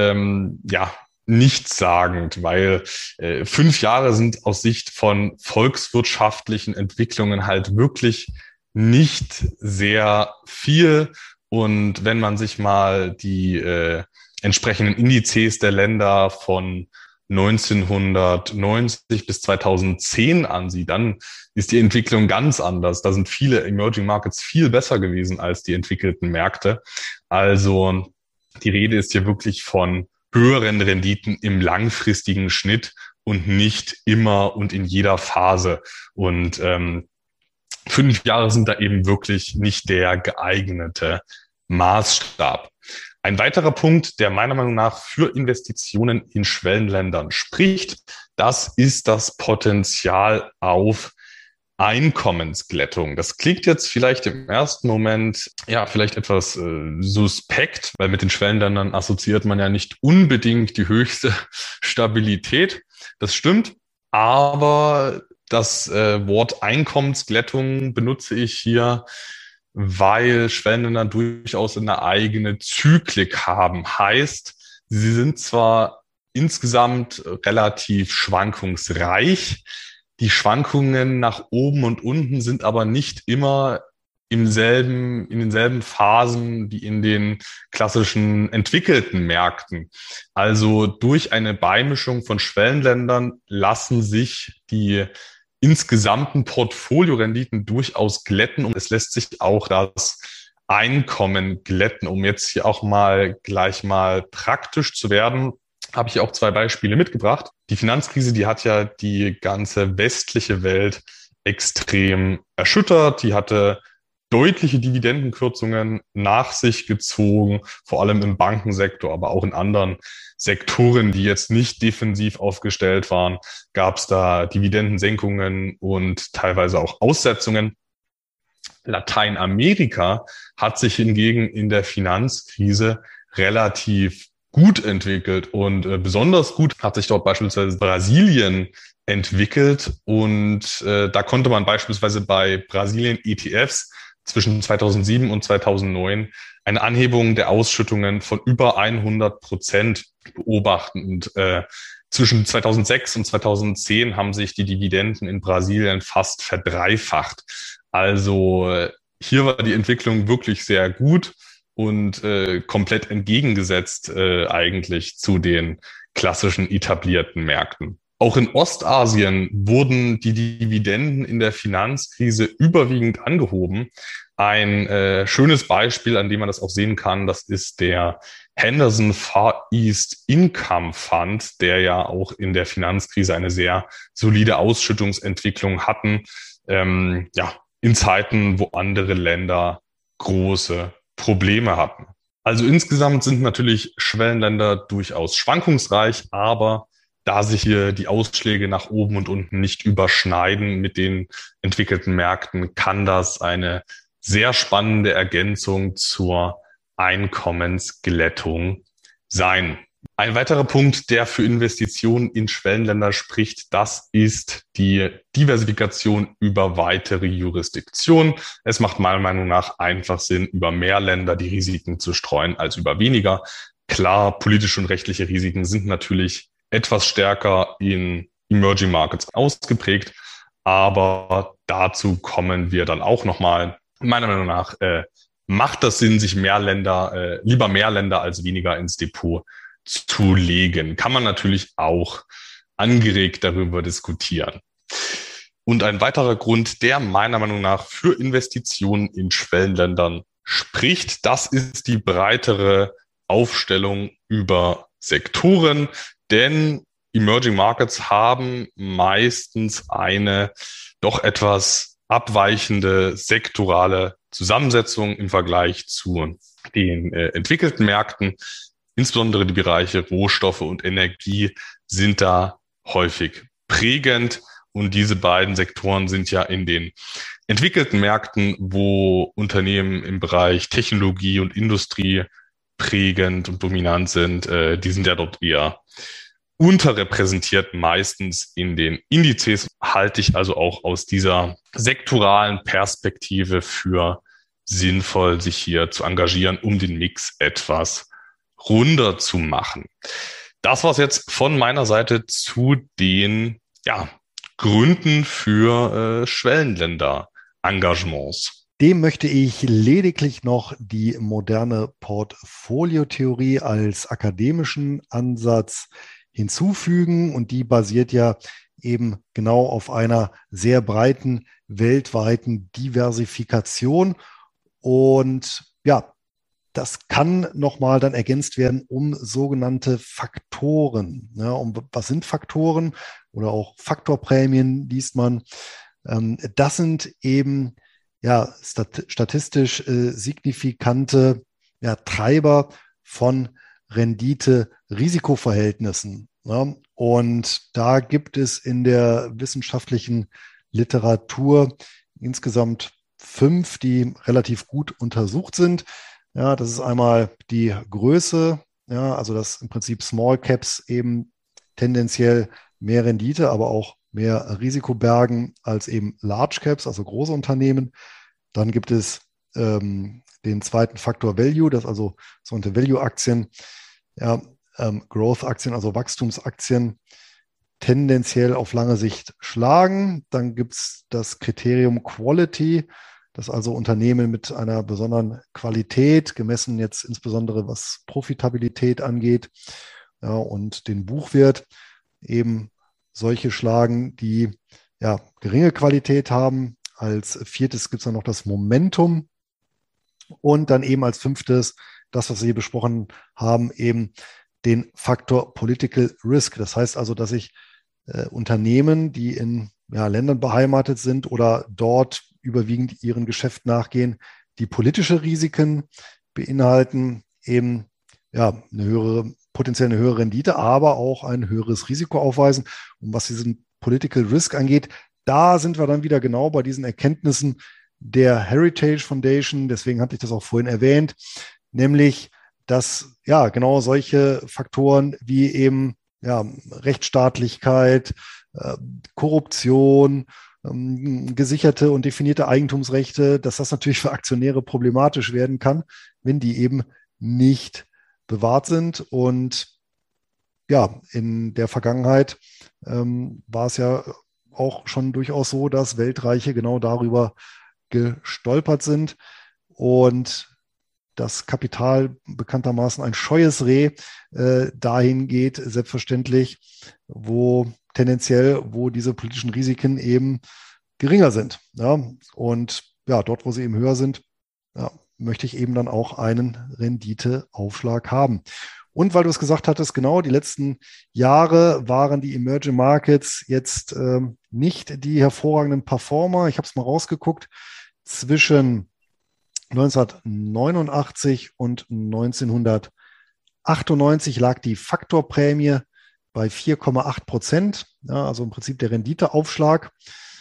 Speaker 2: nichtssagend, weil 5 Jahre sind aus Sicht von volkswirtschaftlichen Entwicklungen halt wirklich nicht sehr viel. Und wenn man sich mal die entsprechenden Indizes der Länder von 1990 bis 2010 ansieht, dann ist die Entwicklung ganz anders. Da sind viele Emerging Markets viel besser gewesen als die entwickelten Märkte. Also die Rede ist hier wirklich von höheren Renditen im langfristigen Schnitt und nicht immer und in jeder Phase. Und 5 Jahre sind da eben wirklich nicht der geeignete Maßstab. Ein weiterer Punkt, der meiner Meinung nach für Investitionen in Schwellenländern spricht, das ist das Potenzial auf Einkommensglättung. Das klingt jetzt vielleicht im ersten Moment ja vielleicht etwas suspekt, weil mit den Schwellenländern assoziiert man ja nicht unbedingt die höchste Stabilität. Das stimmt, aber das Wort Einkommensglättung benutze ich hier, weil Schwellenländer durchaus eine eigene Zyklik haben. Heißt, sie sind zwar insgesamt relativ schwankungsreich, die Schwankungen nach oben und unten sind aber nicht immer in denselben Phasen wie in den klassischen entwickelten Märkten. Also durch eine Beimischung von Schwellenländern lassen sich die insgesamten Portfoliorenditen durchaus glätten und es lässt sich auch das Einkommen glätten. Um jetzt hier auch gleich mal praktisch zu werden, habe ich auch 2 Beispiele mitgebracht. Die Finanzkrise, die hat ja die ganze westliche Welt extrem erschüttert. Die hatte deutliche Dividendenkürzungen nach sich gezogen, vor allem im Bankensektor, aber auch in anderen Sektoren, die jetzt nicht defensiv aufgestellt waren, gab es da Dividendensenkungen und teilweise auch Aussetzungen. Lateinamerika hat sich hingegen in der Finanzkrise relativ gut entwickelt und besonders gut hat sich dort beispielsweise Brasilien entwickelt und da konnte man beispielsweise bei Brasilien ETFs zwischen 2007 und 2009 eine Anhebung der Ausschüttungen von über 100% beobachten. Und zwischen 2006 und 2010 haben sich die Dividenden in Brasilien fast verdreifacht. Also hier war die Entwicklung wirklich sehr gut und komplett entgegengesetzt eigentlich zu den klassischen etablierten Märkten. Auch in Ostasien wurden die Dividenden in der Finanzkrise überwiegend angehoben. Ein schönes Beispiel, an dem man das auch sehen kann, das ist der Henderson Far East Income Fund, der ja auch in der Finanzkrise eine sehr solide Ausschüttungsentwicklung hatten, in Zeiten, wo andere Länder große Probleme hatten. Also insgesamt sind natürlich Schwellenländer durchaus schwankungsreich, aber da sich hier die Ausschläge nach oben und unten nicht überschneiden mit den entwickelten Märkten, kann das eine sehr spannende Ergänzung zur Einkommensglättung sein. Ein weiterer Punkt, der für Investitionen in Schwellenländer spricht, das ist die Diversifikation über weitere Jurisdiktionen. Es macht meiner Meinung nach einfach Sinn, über mehr Länder die Risiken zu streuen als über weniger. Klar, politische und rechtliche Risiken sind natürlich etwas stärker in Emerging Markets ausgeprägt, aber dazu kommen wir dann auch nochmal. Meiner Meinung nach macht das Sinn, sich lieber mehr Länder als weniger ins Depot zu legen. Kann man natürlich auch angeregt darüber diskutieren. Und ein weiterer Grund, der meiner Meinung nach für Investitionen in Schwellenländern spricht, das ist die breitere Aufstellung über Sektoren, denn Emerging Markets haben meistens eine doch etwas abweichende sektorale Zusammensetzung im Vergleich zu den entwickelten Märkten. Insbesondere die Bereiche Rohstoffe und Energie sind da häufig prägend. Und diese beiden Sektoren sind ja in den entwickelten Märkten, wo Unternehmen im Bereich Technologie und Industrie prägend und dominant sind, die sind ja dort eher unterrepräsentiert, meistens in den Indizes. Halte ich also auch aus dieser sektoralen Perspektive für sinnvoll, sich hier zu engagieren, um den Mix etwas runder zu machen. Das war's jetzt von meiner Seite zu den Gründen für Schwellenländer-Engagements.
Speaker 1: Dem möchte ich lediglich noch die moderne Portfoliotheorie als akademischen Ansatz hinzufügen. Und die basiert ja eben genau auf einer sehr breiten weltweiten Diversifikation. Und ja, das kann nochmal dann ergänzt werden um sogenannte Faktoren. Ja, was sind Faktoren oder auch Faktorprämien liest man? Das sind eben ja, statistisch signifikante Treiber von Rendite-Risikoverhältnissen. Ja? Und da gibt es in der wissenschaftlichen Literatur insgesamt 5, die relativ gut untersucht sind. Ja, das ist einmal die Größe, ja, also dass im Prinzip Small Caps eben tendenziell mehr Rendite, aber auch mehr Risiko bergen als eben Large Caps, also große Unternehmen. Dann gibt es den zweiten Faktor Value, das also sogenannte Value-Aktien, ja, Growth-Aktien, also Wachstumsaktien, tendenziell auf lange Sicht schlagen. Dann gibt es das Kriterium Quality, dass also Unternehmen mit einer besonderen Qualität, gemessen jetzt insbesondere was Profitabilität angeht, ja, und den Buchwert, eben solche schlagen, die ja geringe Qualität haben. Als viertes gibt es dann noch das Momentum und dann eben als fünftes, das, was wir hier besprochen haben, eben den Faktor Political Risk. Das heißt also, dass ich Unternehmen, die in Ländern beheimatet sind oder dort überwiegend ihren Geschäft nachgehen, die politische Risiken beinhalten, eben potenziell eine höhere Rendite, aber auch ein höheres Risiko aufweisen. Und was diesen Political Risk angeht, da sind wir dann wieder genau bei diesen Erkenntnissen der Heritage Foundation, deswegen hatte ich das auch vorhin erwähnt, nämlich, dass genau solche Faktoren wie eben Rechtsstaatlichkeit, Korruption, gesicherte und definierte Eigentumsrechte, dass das natürlich für Aktionäre problematisch werden kann, wenn die eben nicht bewahrt sind. Und in der Vergangenheit war es ja auch schon durchaus so, dass Weltreiche genau darüber gestolpert sind und das Kapital bekanntermaßen ein scheues Reh dahin geht, selbstverständlich, wo diese politischen Risiken eben geringer sind. Ja? Und dort, wo sie eben höher sind, möchte ich eben dann auch einen Renditeaufschlag haben. Und weil du es gesagt hattest, genau, die letzten Jahre waren die Emerging Markets jetzt nicht die hervorragenden Performer. Ich habe es mal rausgeguckt. Zwischen 1989 und 1998 lag die Faktorprämie bei 4,8%, also im Prinzip der Renditeaufschlag.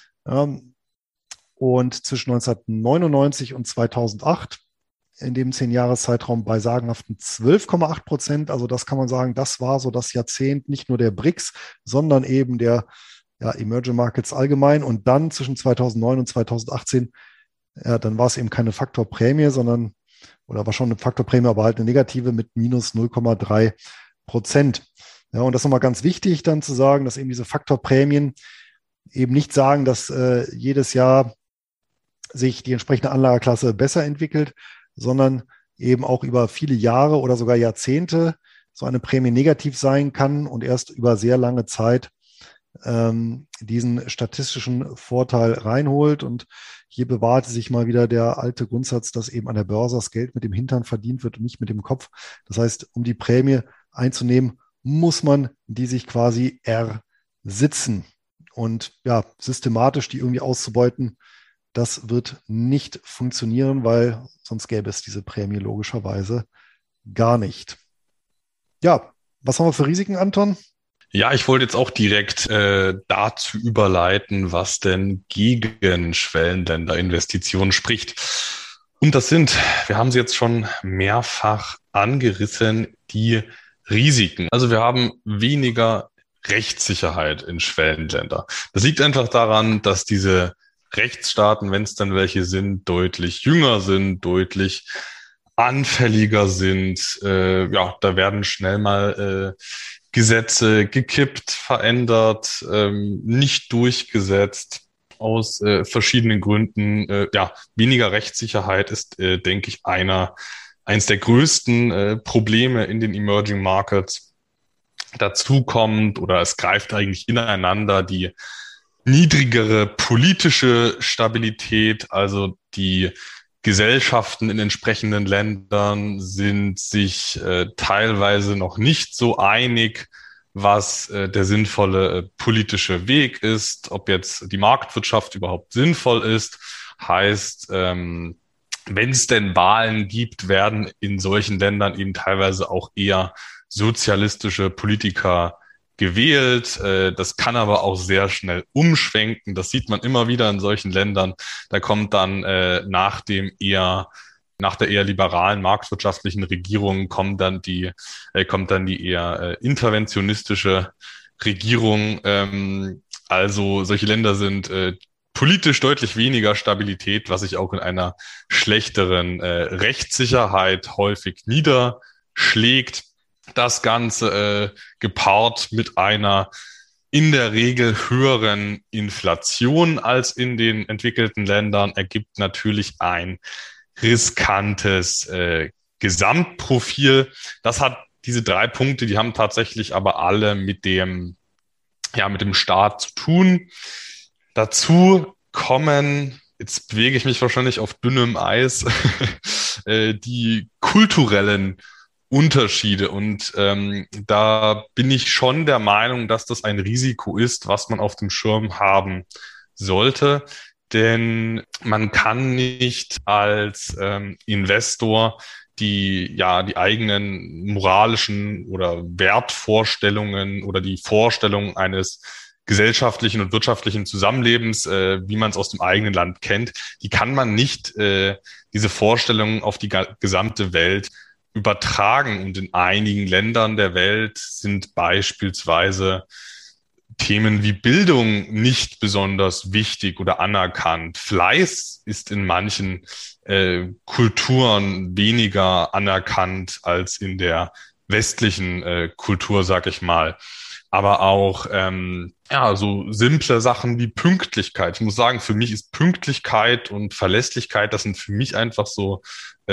Speaker 1: Und zwischen 1999 und 2008 in dem 10-Jahres-Zeitraum bei sagenhaften 12,8%. Also das kann man sagen, das war so das Jahrzehnt nicht nur der BRICS, sondern eben der Emerging Markets allgemein. Und dann zwischen 2009 und 2018 dann war es eben keine Faktorprämie, oder war schon eine Faktorprämie, aber halt eine negative mit minus 0,3%. Ja, und das ist nochmal ganz wichtig dann zu sagen, dass eben diese Faktorprämien eben nicht sagen, dass jedes Jahr sich die entsprechende Anlageklasse besser entwickelt, sondern eben auch über viele Jahre oder sogar Jahrzehnte so eine Prämie negativ sein kann und erst über sehr lange Zeit diesen statistischen Vorteil reinholt. Und hier bewahrte sich mal wieder der alte Grundsatz, dass eben an der Börse das Geld mit dem Hintern verdient wird und nicht mit dem Kopf. Das heißt, um die Prämie einzunehmen, muss man die sich quasi ersitzen. Und systematisch die irgendwie auszubeuten, das wird nicht funktionieren, weil sonst gäbe es diese Prämie logischerweise gar nicht. Ja, was haben wir für Risiken, Anton?
Speaker 2: Ja, ich wollte jetzt auch direkt dazu überleiten, was denn gegen Schwellenländerinvestitionen spricht. Und das sind, wir haben sie jetzt schon mehrfach angerissen, die Risiken. Also wir haben weniger Rechtssicherheit in Schwellenländer. Das liegt einfach daran, dass diese Rechtsstaaten, wenn es dann welche sind, deutlich jünger sind, deutlich anfälliger sind. Da werden schnell mal Gesetze gekippt, verändert, nicht durchgesetzt aus verschiedenen Gründen. Weniger Rechtssicherheit ist, denke ich, eins der größten Probleme in den Emerging Markets. Dazu kommt oder es greift eigentlich ineinander die niedrigere politische Stabilität, also die Gesellschaften in entsprechenden Ländern sind sich teilweise noch nicht so einig, was der sinnvolle politische Weg ist, ob jetzt die Marktwirtschaft überhaupt sinnvoll ist. Heißt, wenn es denn Wahlen gibt, werden in solchen Ländern eben teilweise auch eher sozialistische Politiker gewählt. Das kann aber auch sehr schnell umschwenken. Das sieht man immer wieder in solchen Ländern. Da kommt dann nach der eher liberalen marktwirtschaftlichen Regierung kommt dann die eher interventionistische Regierung. Also solche Länder sind politisch deutlich weniger Stabilität, was sich auch in einer schlechteren Rechtssicherheit häufig niederschlägt. Das Ganze gepaart mit einer in der Regel höheren Inflation als in den entwickelten Ländern ergibt natürlich ein riskantes Gesamtprofil. Das hat diese drei Punkte, die haben tatsächlich aber alle mit dem Staat zu tun. Dazu kommen, jetzt bewege ich mich wahrscheinlich auf dünnem Eis, die kulturellen Unterschiede. Und da bin ich schon der Meinung, dass das ein Risiko ist, was man auf dem Schirm haben sollte. Denn man kann nicht als Investor die eigenen moralischen oder Wertvorstellungen oder die Vorstellungen eines gesellschaftlichen und wirtschaftlichen Zusammenlebens, wie man es aus dem eigenen Land kennt, die kann man nicht, diese Vorstellungen auf die gesamte Welt übertragen. Und in einigen Ländern der Welt sind beispielsweise Themen wie Bildung nicht besonders wichtig oder anerkannt. Fleiß ist in manchen Kulturen weniger anerkannt als in der westlichen Kultur, sag ich mal. Aber auch so simple Sachen wie Pünktlichkeit. Ich muss sagen, für mich ist Pünktlichkeit und Verlässlichkeit, das sind für mich einfach so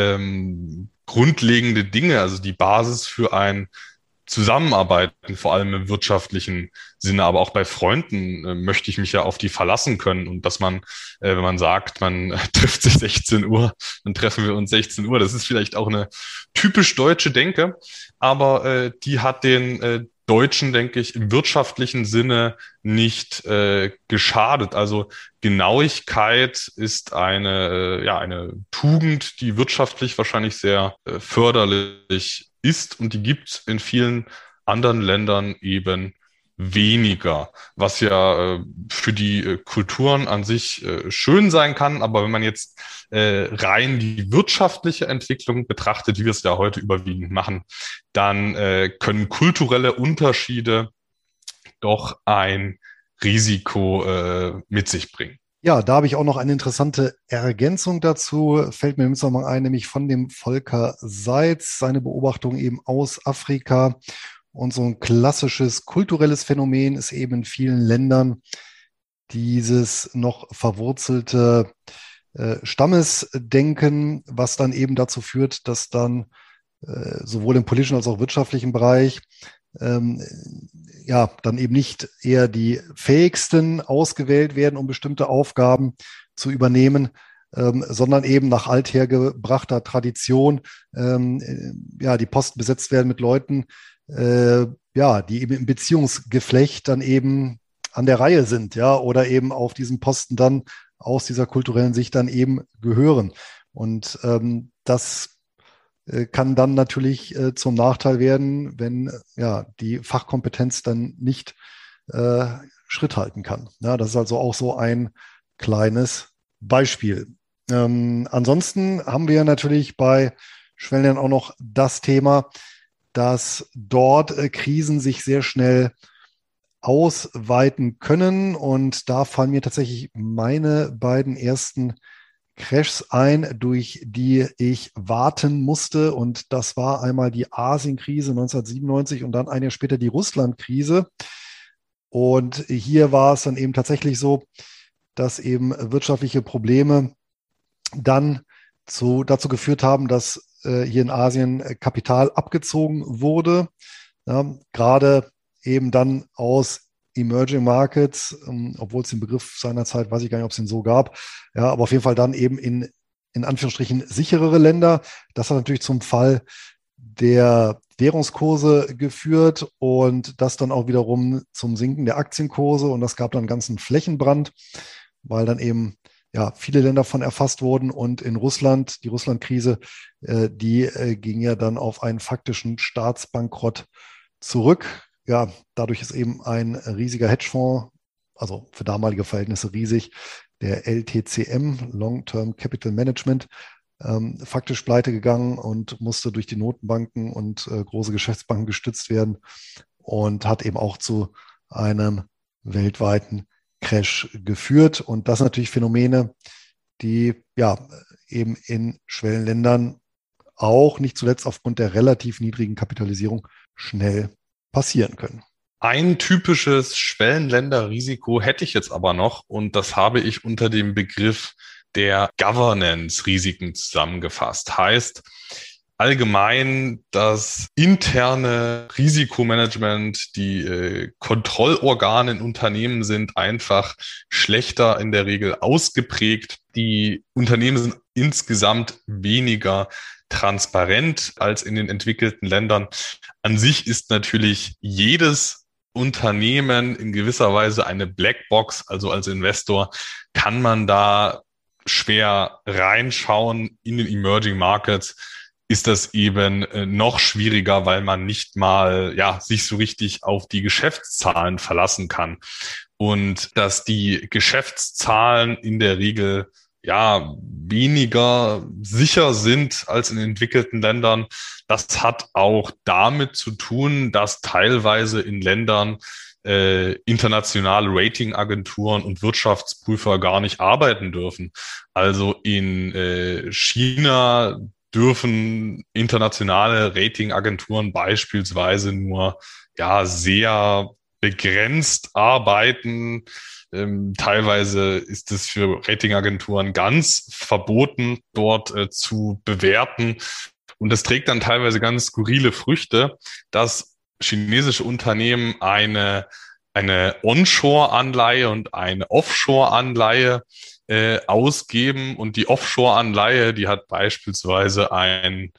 Speaker 2: grundlegende Dinge, also die Basis für ein Zusammenarbeiten, vor allem im wirtschaftlichen Sinne, aber auch bei Freunden möchte ich mich ja auf die verlassen können und dass man, wenn man sagt, man trifft sich 16 Uhr, dann treffen wir uns 16 Uhr. Das ist vielleicht auch eine typisch deutsche Denke, aber die hat den Deutschen, denke ich, im wirtschaftlichen Sinne nicht geschadet. Also Genauigkeit ist eine Tugend, die wirtschaftlich wahrscheinlich sehr förderlich ist und die gibt es in vielen anderen Ländern eben weniger, was ja für die Kulturen an sich schön sein kann, aber wenn man jetzt rein die wirtschaftliche Entwicklung betrachtet, wie wir es ja heute überwiegend machen, dann können kulturelle Unterschiede doch ein Risiko mit sich bringen.
Speaker 1: Ja, da habe ich auch noch eine interessante Ergänzung dazu. Fällt mir im Zusammenhang ein, nämlich von dem Volker Seitz, seine Beobachtung eben aus Afrika. Und so ein klassisches kulturelles Phänomen ist eben in vielen Ländern dieses noch verwurzelte Stammesdenken, was dann eben dazu führt, dass dann sowohl im politischen als auch wirtschaftlichen Bereich ähm, ja, dann eben nicht eher die Fähigsten ausgewählt werden, um bestimmte Aufgaben zu übernehmen, sondern eben nach althergebrachter Tradition ja, die Posten besetzt werden mit Leuten, ja, die eben im Beziehungsgeflecht dann eben an der Reihe sind, ja, oder eben auf diesen Posten dann aus dieser kulturellen Sicht dann eben gehören. Und das kann dann natürlich zum Nachteil werden, wenn ja die Fachkompetenz dann nicht Schritt halten kann. Ja, das ist also auch so ein kleines Beispiel. Ansonsten haben wir natürlich bei Schwellenländern auch noch das Thema, dass dort Krisen sich sehr schnell ausweiten können. Und da fallen mir tatsächlich meine beiden ersten Crashs ein, durch die ich warten musste. Und das war einmal die Asienkrise 1997 und dann ein Jahr später die Russlandkrise. Und hier war es dann eben tatsächlich so, dass eben wirtschaftliche Probleme dann dazu geführt haben, dass hier in Asien Kapital abgezogen wurde. Ja, gerade eben dann aus Emerging Markets, obwohl es den Begriff seinerzeit, weiß ich gar nicht, ob es den so gab, ja, aber auf jeden Fall dann eben in Anführungsstrichen sicherere Länder. Das hat natürlich zum Fall der Währungskurse geführt und das dann auch wiederum zum Sinken der Aktienkurse und das gab dann einen ganzen Flächenbrand, weil dann eben ja viele Länder von erfasst wurden und in Russland, die Russlandkrise, die ging ja dann auf einen faktischen Staatsbankrott zurück. Ja, dadurch ist eben ein riesiger Hedgefonds, also für damalige Verhältnisse riesig, der LTCM, Long-Term Capital Management, faktisch pleite gegangen und musste durch die Notenbanken und große Geschäftsbanken gestützt werden und hat eben auch zu einem weltweiten Crash geführt. Und das sind natürlich Phänomene, die ja eben in Schwellenländern auch nicht zuletzt aufgrund der relativ niedrigen Kapitalisierung schnell passieren können.
Speaker 2: Ein typisches Schwellenländerrisiko hätte ich jetzt aber noch und das habe ich unter dem Begriff der Governance-Risiken zusammengefasst. Heißt allgemein das interne Risikomanagement, die Kontrollorgane in Unternehmen sind einfach schlechter in der Regel ausgeprägt. Die Unternehmen sind insgesamt weniger transparent als in den entwickelten Ländern. An sich ist natürlich jedes Unternehmen in gewisser Weise eine Blackbox, also als Investor kann man da schwer reinschauen. In den Emerging Markets ist das eben noch schwieriger, weil man nicht mal sich so richtig auf die Geschäftszahlen verlassen kann. Und dass die Geschäftszahlen in der Regel weniger sicher sind als in entwickelten Ländern. Das hat auch damit zu tun, dass teilweise in Ländern internationale Ratingagenturen und Wirtschaftsprüfer gar nicht arbeiten dürfen. Also in China dürfen internationale Ratingagenturen beispielsweise nur sehr begrenzt arbeiten. Teilweise ist es für Ratingagenturen ganz verboten, dort zu bewerten. Und das trägt dann teilweise ganz skurrile Früchte, dass chinesische Unternehmen eine Onshore-Anleihe und eine Offshore-Anleihe ausgeben. Und die Offshore-Anleihe, die hat beispielsweise ein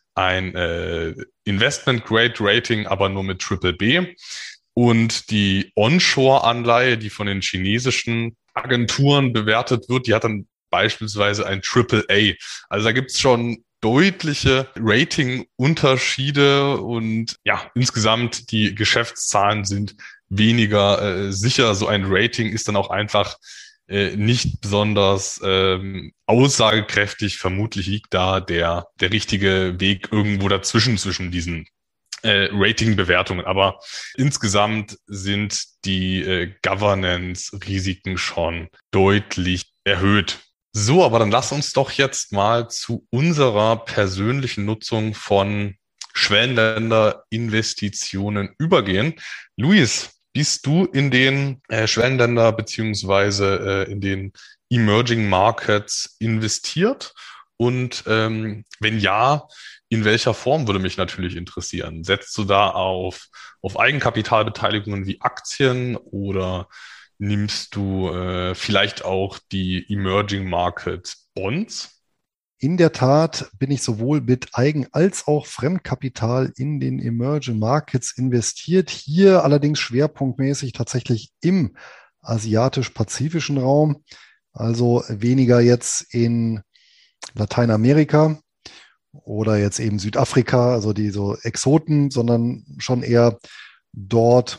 Speaker 2: Investment-Grade-Rating, aber nur mit Triple B. Und die Onshore-Anleihe, die von den chinesischen Agenturen bewertet wird, die hat dann beispielsweise ein Triple A. Also da gibt's schon deutliche Rating-Unterschiede und insgesamt die Geschäftszahlen sind weniger sicher. So ein Rating ist dann auch einfach nicht besonders aussagekräftig. Vermutlich liegt da der richtige Weg irgendwo dazwischen, zwischen diesen Rating-Bewertungen. Aber insgesamt sind die Governance-Risiken schon deutlich erhöht. So, aber dann lass uns doch jetzt mal zu unserer persönlichen Nutzung von Schwellenländer-Investitionen übergehen. Luis, bist du in den Schwellenländer beziehungsweise in den Emerging Markets investiert? Und wenn ja, in welcher Form würde mich natürlich interessieren? Setzt du da auf Eigenkapitalbeteiligungen wie Aktien oder nimmst du vielleicht auch die Emerging Market Bonds?
Speaker 1: In der Tat bin ich sowohl mit Eigen- als auch Fremdkapital in den Emerging Markets investiert. Hier allerdings schwerpunktmäßig tatsächlich im asiatisch-pazifischen Raum, also weniger jetzt in Lateinamerika oder jetzt eben Südafrika, also die so Exoten, sondern schon eher dort,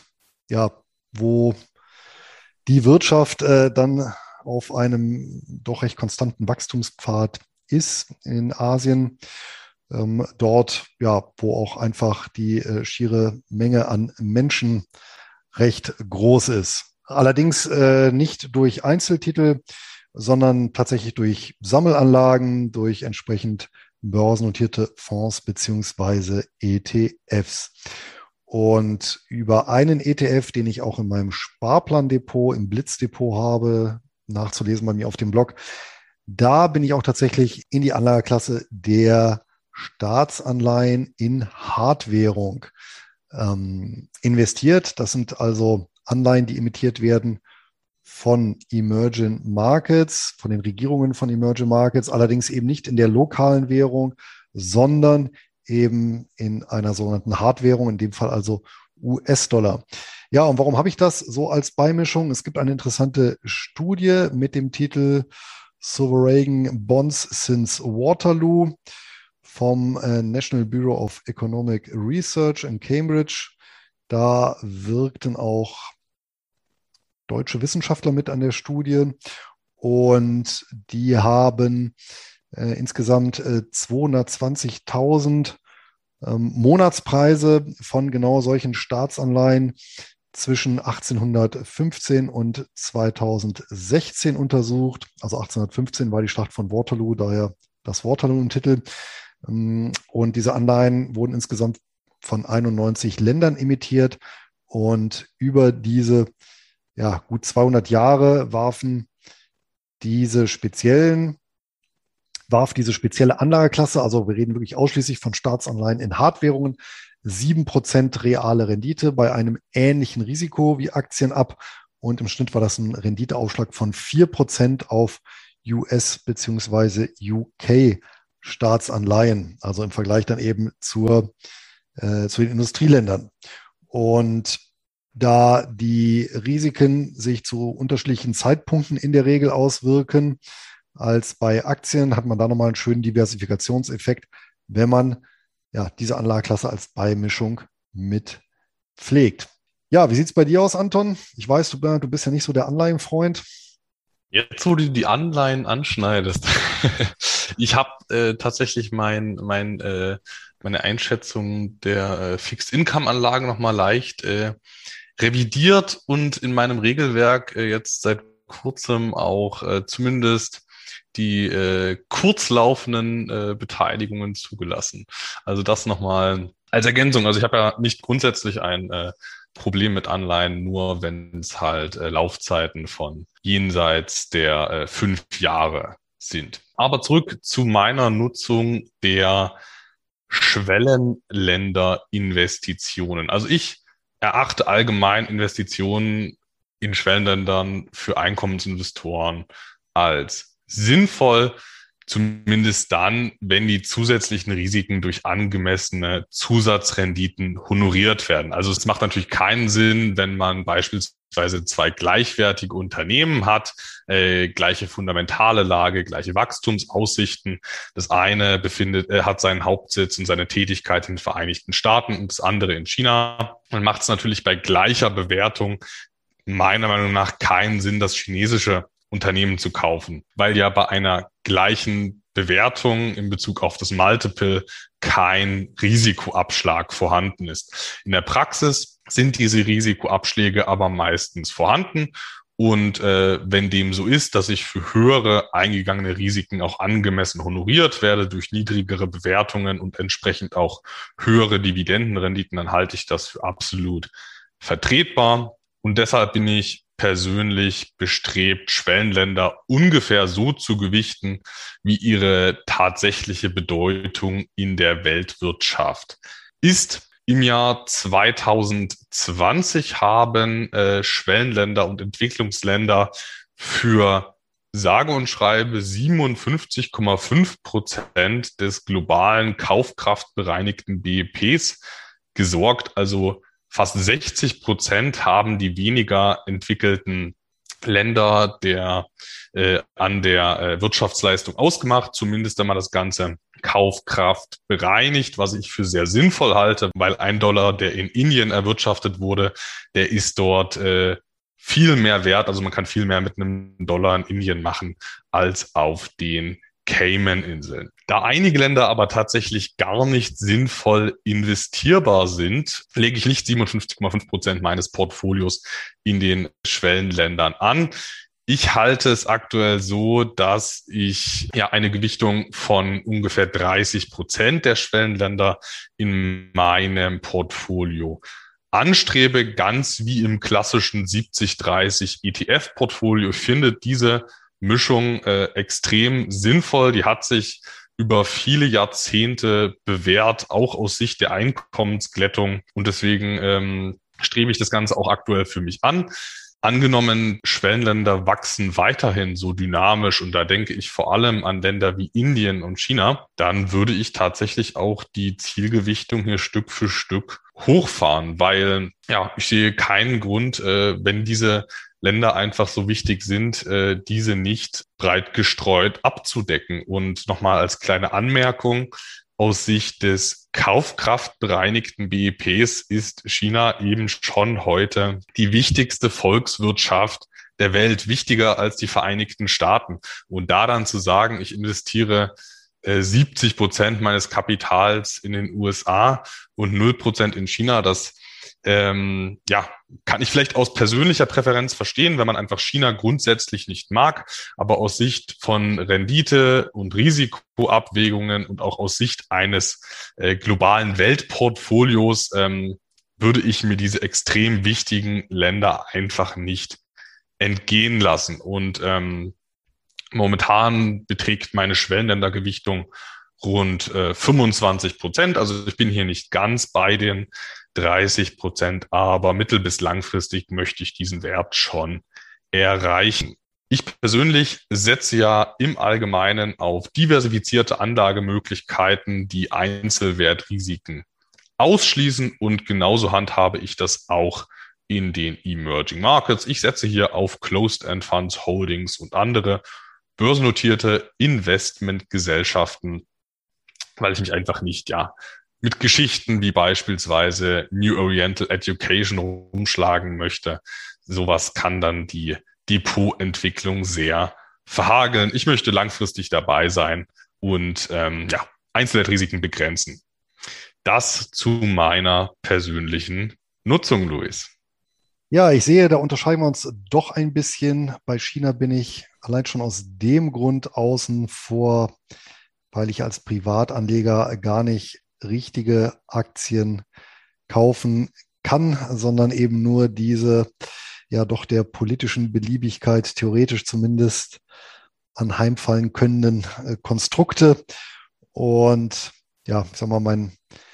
Speaker 1: wo die Wirtschaft dann auf einem doch recht konstanten Wachstumspfad ist in Asien. Dort, wo auch einfach die schiere Menge an Menschen recht groß ist. Allerdings nicht durch Einzeltitel, sondern tatsächlich durch Sammelanlagen, durch entsprechend börsennotierte Fonds beziehungsweise ETFs. Und über einen ETF, den ich auch in meinem Sparplandepot, im Blitzdepot habe, nachzulesen bei mir auf dem Blog, da bin ich auch tatsächlich in die Anlageklasse der Staatsanleihen in Hardwährung investiert. Das sind also Anleihen, die emittiert werden von Emerging Markets, von den Regierungen von Emerging Markets, allerdings eben nicht in der lokalen Währung, sondern eben in einer sogenannten Hardwährung, in dem Fall also US-Dollar. Ja, und warum habe ich das so als Beimischung? Es gibt eine interessante Studie mit dem Titel Sovereign Bonds since Waterloo vom National Bureau of Economic Research in Cambridge. Da wirkten auch deutsche Wissenschaftler mit an der Studie und die haben insgesamt 220.000 Monatspreise von genau solchen Staatsanleihen zwischen 1815 und 2016 untersucht. Also 1815 war die Schlacht von Waterloo, daher das Waterloo im Titel. Und diese Anleihen wurden insgesamt von 91 Ländern emittiert und über diese gut 200 Jahre warf diese spezielle Anlageklasse, also wir reden wirklich ausschließlich von Staatsanleihen in Hardwährungen, 7% reale Rendite bei einem ähnlichen Risiko wie Aktien ab. Und im Schnitt war das ein Renditeaufschlag von 4% auf US- bzw. UK-Staatsanleihen, also im Vergleich dann eben zu den Industrieländern. Und da die Risiken sich zu unterschiedlichen Zeitpunkten in der Regel auswirken, als bei Aktien, hat man da nochmal einen schönen Diversifikationseffekt, wenn man diese Anlageklasse als Beimischung mit pflegt. Ja, wie sieht es bei dir aus, Anton? Ich weiß, du bist ja nicht so der Anleihenfreund.
Speaker 2: Jetzt, wo du die Anleihen anschneidest, ich habe tatsächlich meine Einschätzung der Fixed-Income-Anlagen nochmal leicht revidiert und in meinem Regelwerk jetzt seit kurzem auch zumindest die kurzlaufenden Beteiligungen zugelassen. Also das nochmal als Ergänzung. Also ich habe ja nicht grundsätzlich ein Problem mit Anleihen, nur wenn es halt Laufzeiten von jenseits der 5 Jahre sind. Aber zurück zu meiner Nutzung der Schwellenländerinvestitionen. Also ich erachte allgemein Investitionen in Schwellenländern für Einkommensinvestoren als sinnvoll, zumindest dann, wenn die zusätzlichen Risiken durch angemessene Zusatzrenditen honoriert werden. Also es macht natürlich keinen Sinn, wenn man beispielsweise 2 gleichwertige Unternehmen hat, gleiche fundamentale Lage, gleiche Wachstumsaussichten. Das eine hat seinen Hauptsitz und seine Tätigkeit in den Vereinigten Staaten und das andere in China. Dann macht es natürlich bei gleicher Bewertung meiner Meinung nach keinen Sinn, das chinesische Unternehmen zu kaufen, weil ja bei einer gleichen Bewertung in Bezug auf das Multiple kein Risikoabschlag vorhanden ist. In der Praxis sind diese Risikoabschläge aber meistens vorhanden. Und wenn dem so ist, dass ich für höhere eingegangene Risiken auch angemessen honoriert werde durch niedrigere Bewertungen und entsprechend auch höhere Dividendenrenditen, dann halte ich das für absolut vertretbar. Und deshalb bin ich persönlich bestrebt, Schwellenländer ungefähr so zu gewichten, wie ihre tatsächliche Bedeutung in der Weltwirtschaft ist. Im Jahr 2020 haben Schwellenländer und Entwicklungsländer für sage und schreibe 57,5% des globalen kaufkraftbereinigten BIPs gesorgt, also fast 60% haben die weniger entwickelten Länder an der Wirtschaftsleistung ausgemacht, zumindest wenn man das Ganze Kaufkraft bereinigt, was ich für sehr sinnvoll halte, weil $1, der in Indien erwirtschaftet wurde, der ist dort viel mehr wert. Also man kann viel mehr mit einem Dollar in Indien machen als auf den Cayman-Inseln. Da einige Länder aber tatsächlich gar nicht sinnvoll investierbar sind, lege ich nicht 57,5% meines Portfolios in den Schwellenländern an. Ich halte es aktuell so, dass ich eine Gewichtung von ungefähr 30% der Schwellenländer in meinem Portfolio anstrebe, ganz wie im klassischen 70-30 ETF-Portfolio. Ich finde diese Mischung extrem sinnvoll. Die hat sich über viele Jahrzehnte bewährt, auch aus Sicht der Einkommensglättung. Und deswegen strebe ich das Ganze auch aktuell für mich an. Angenommen, Schwellenländer wachsen weiterhin so dynamisch und da denke ich vor allem an Länder wie Indien und China, dann würde ich tatsächlich auch die Zielgewichtung hier Stück für Stück hochfahren, weil ja, ich sehe keinen Grund, wenn diese Länder einfach so wichtig sind, diese nicht breit gestreut abzudecken. Und nochmal als kleine Anmerkung, aus Sicht des kaufkraftbereinigten BIPs ist China eben schon heute die wichtigste Volkswirtschaft der Welt, wichtiger als die Vereinigten Staaten. Und da dann zu sagen, ich investiere 70% meines Kapitals in den USA und 0% in China, das ja, kann ich vielleicht aus persönlicher Präferenz verstehen, wenn man einfach China grundsätzlich nicht mag, aber aus Sicht von Rendite und Risikoabwägungen und auch aus Sicht eines globalen Weltportfolios würde ich mir diese extrem wichtigen Länder einfach nicht entgehen lassen. Und momentan beträgt meine Schwellenländergewichtung rund 25%. Also ich bin hier nicht ganz bei den 30%, aber mittel- bis langfristig möchte ich diesen Wert schon erreichen. Ich persönlich setze ja im Allgemeinen auf diversifizierte Anlagemöglichkeiten, die Einzelwertrisiken ausschließen und genauso handhabe ich das auch in den Emerging Markets. Ich setze hier auf Closed-End Funds, Holdings und andere börsennotierte Investmentgesellschaften, weil ich mich einfach nicht, ja, mit Geschichten wie beispielsweise New Oriental Education rumschlagen möchte. Sowas kann dann die Depotentwicklung sehr verhageln. Ich möchte langfristig dabei sein und ja, Einzelrisiken begrenzen. Das zu meiner persönlichen Nutzung, Luis.
Speaker 1: Ja, ich sehe, da unterscheiden wir uns doch ein bisschen. Bei China bin ich allein schon aus dem Grund außen vor, weil ich als Privatanleger gar nicht richtige Aktien kaufen kann, sondern eben nur diese ja doch der politischen Beliebigkeit theoretisch zumindest anheimfallen können Konstrukte. Und ja, ich sag mal, mein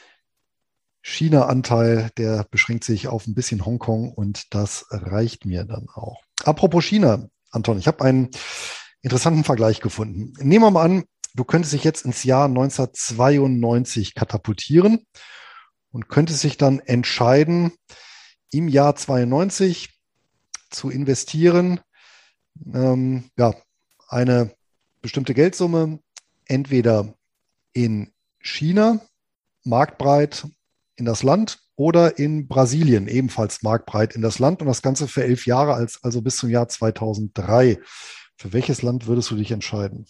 Speaker 1: China-Anteil, der beschränkt sich auf ein bisschen Hongkong und das reicht mir dann auch. Apropos China, Anton, ich habe einen interessanten Vergleich gefunden. Nehmen wir mal an, du könntest dich jetzt ins Jahr 1992 katapultieren und könntest dich dann entscheiden, im Jahr 92 zu investieren, ja, eine bestimmte Geldsumme entweder in China, marktbreit in das Land, oder in Brasilien, ebenfalls marktbreit in das Land, und das Ganze für 11 Jahre, also bis zum Jahr 2003. Für welches Land würdest du dich entscheiden?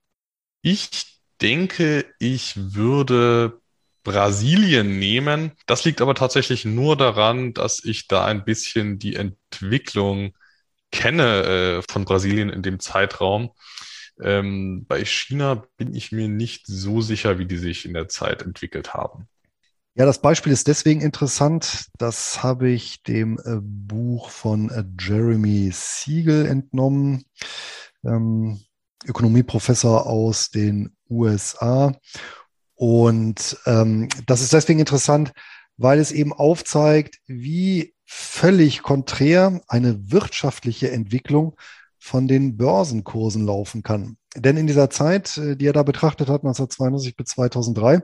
Speaker 2: Ich denke, ich würde Brasilien nehmen. Das liegt aber tatsächlich nur daran, dass ich da ein bisschen die Entwicklung kenne von Brasilien in dem Zeitraum. Bei China bin ich mir nicht so sicher, wie die sich in der Zeit entwickelt haben.
Speaker 1: Ja, das Beispiel ist deswegen interessant. Das habe ich dem Buch von Jeremy Siegel entnommen, Ökonomieprofessor aus den USA. Und das ist deswegen interessant, weil es eben aufzeigt, wie völlig konträr eine wirtschaftliche Entwicklung von den Börsenkursen laufen kann. Denn in dieser Zeit, die er da betrachtet hat, 1992 bis 2003,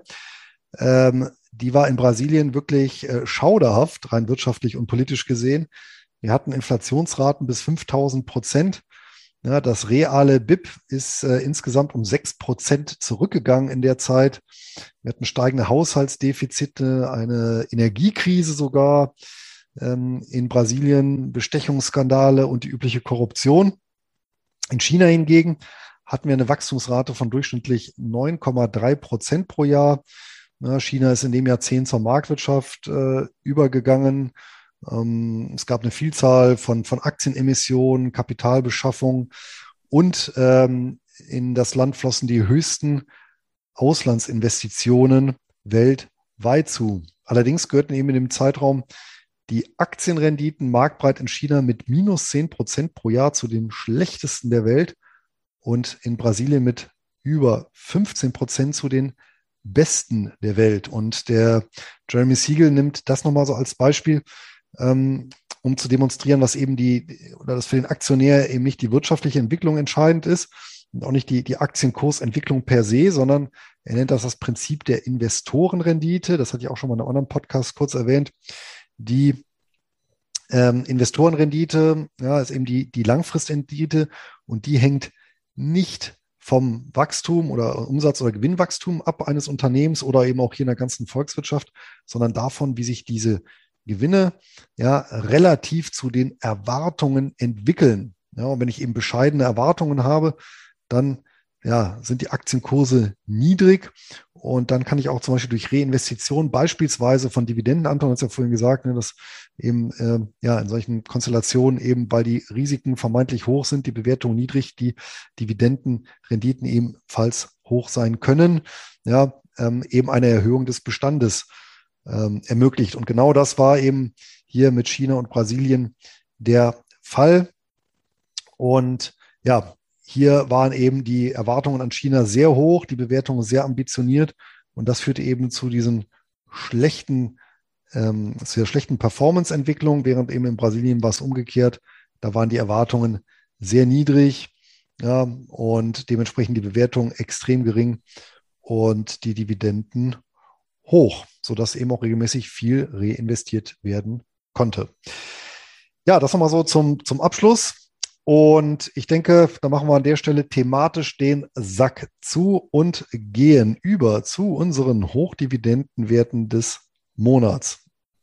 Speaker 1: die war in Brasilien wirklich schauderhaft, rein wirtschaftlich und politisch gesehen. Wir hatten Inflationsraten bis 5000%. Ja, das reale BIP ist insgesamt um 6% zurückgegangen in der Zeit. Wir hatten steigende Haushaltsdefizite, eine Energiekrise sogar in Brasilien, Bestechungsskandale und die übliche Korruption. In China hingegen hatten wir eine Wachstumsrate von durchschnittlich 9,3% pro Jahr. Ja, China ist in dem Jahrzehnt zur Marktwirtschaft übergegangen. Es gab eine Vielzahl von Aktienemissionen, Kapitalbeschaffung, und in das Land flossen die höchsten Auslandsinvestitionen weltweit zu. Allerdings gehörten eben in dem Zeitraum die Aktienrenditen marktbreit in China mit minus 10% pro Jahr zu den schlechtesten der Welt und in Brasilien mit über 15% zu den Besten der Welt. Und der Jeremy Siegel nimmt das nochmal so als Beispiel, um zu demonstrieren, was eben dass für den Aktionär eben nicht die wirtschaftliche Entwicklung entscheidend ist und auch nicht die Aktienkursentwicklung per se, sondern er nennt das Prinzip der Investorenrendite. Das hatte ich auch schon mal in einem anderen Podcast kurz erwähnt. Die Investorenrendite, ja, ist eben die Langfristrendite und die hängt nicht vom Wachstum oder Umsatz- oder Gewinnwachstum ab eines Unternehmens oder eben auch hier in der ganzen Volkswirtschaft, sondern davon, wie sich diese Gewinne ja relativ zu den Erwartungen entwickeln. Ja, und wenn ich eben bescheidene Erwartungen habe, dann ja, sind die Aktienkurse niedrig und dann kann ich auch zum Beispiel durch Reinvestition beispielsweise von Dividenden, Anton hat es ja vorhin gesagt, ne, dass eben ja in solchen Konstellationen eben, weil die Risiken vermeintlich hoch sind, die Bewertung niedrig, die Dividendenrenditen ebenfalls hoch sein können, ja, eben eine Erhöhung des Bestandes ermöglicht. Und genau das war eben hier mit China und Brasilien der Fall. Und ja, hier waren eben die Erwartungen an China sehr hoch, die Bewertungen sehr ambitioniert und das führte eben zu zu der schlechten Performance-Entwicklung, während eben in Brasilien war es umgekehrt. Da waren die Erwartungen sehr niedrig, ja, und dementsprechend die Bewertung extrem gering und die Dividenden hoch, sodass eben auch regelmäßig viel reinvestiert werden konnte. Ja, das nochmal so zum Abschluss. Und ich denke, da machen wir an der Stelle thematisch den Sack zu und gehen über zu unseren Hochdividendenwerten des Monats.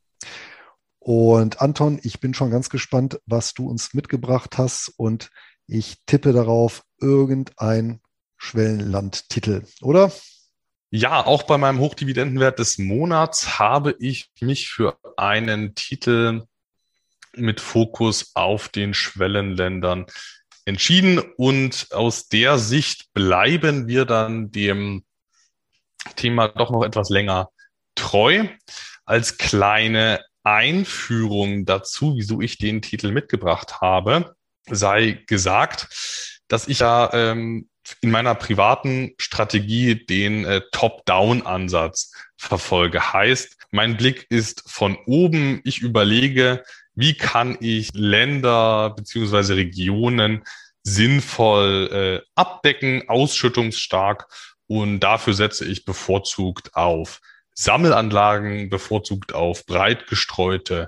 Speaker 1: Und Anton, ich bin schon ganz gespannt, was du uns mitgebracht hast und ich tippe darauf irgendein Schwellenlandtitel, oder?
Speaker 2: Ja, auch bei meinem Hochdividendenwert des Monats habe ich mich für einen Titel mit Fokus auf den Schwellenländern entschieden. Und aus der Sicht bleiben wir dann dem Thema doch noch etwas länger treu. Als kleine Einführung dazu, wieso ich den Titel mitgebracht habe, sei gesagt, dass ich ja in meiner privaten Strategie den Top-Down-Ansatz verfolge. Heißt, mein Blick ist von oben. Ich überlege, wie kann ich Länder beziehungsweise Regionen sinnvoll abdecken, ausschüttungsstark, und dafür setze ich bevorzugt auf Sammelanlagen, bevorzugt auf breit gestreute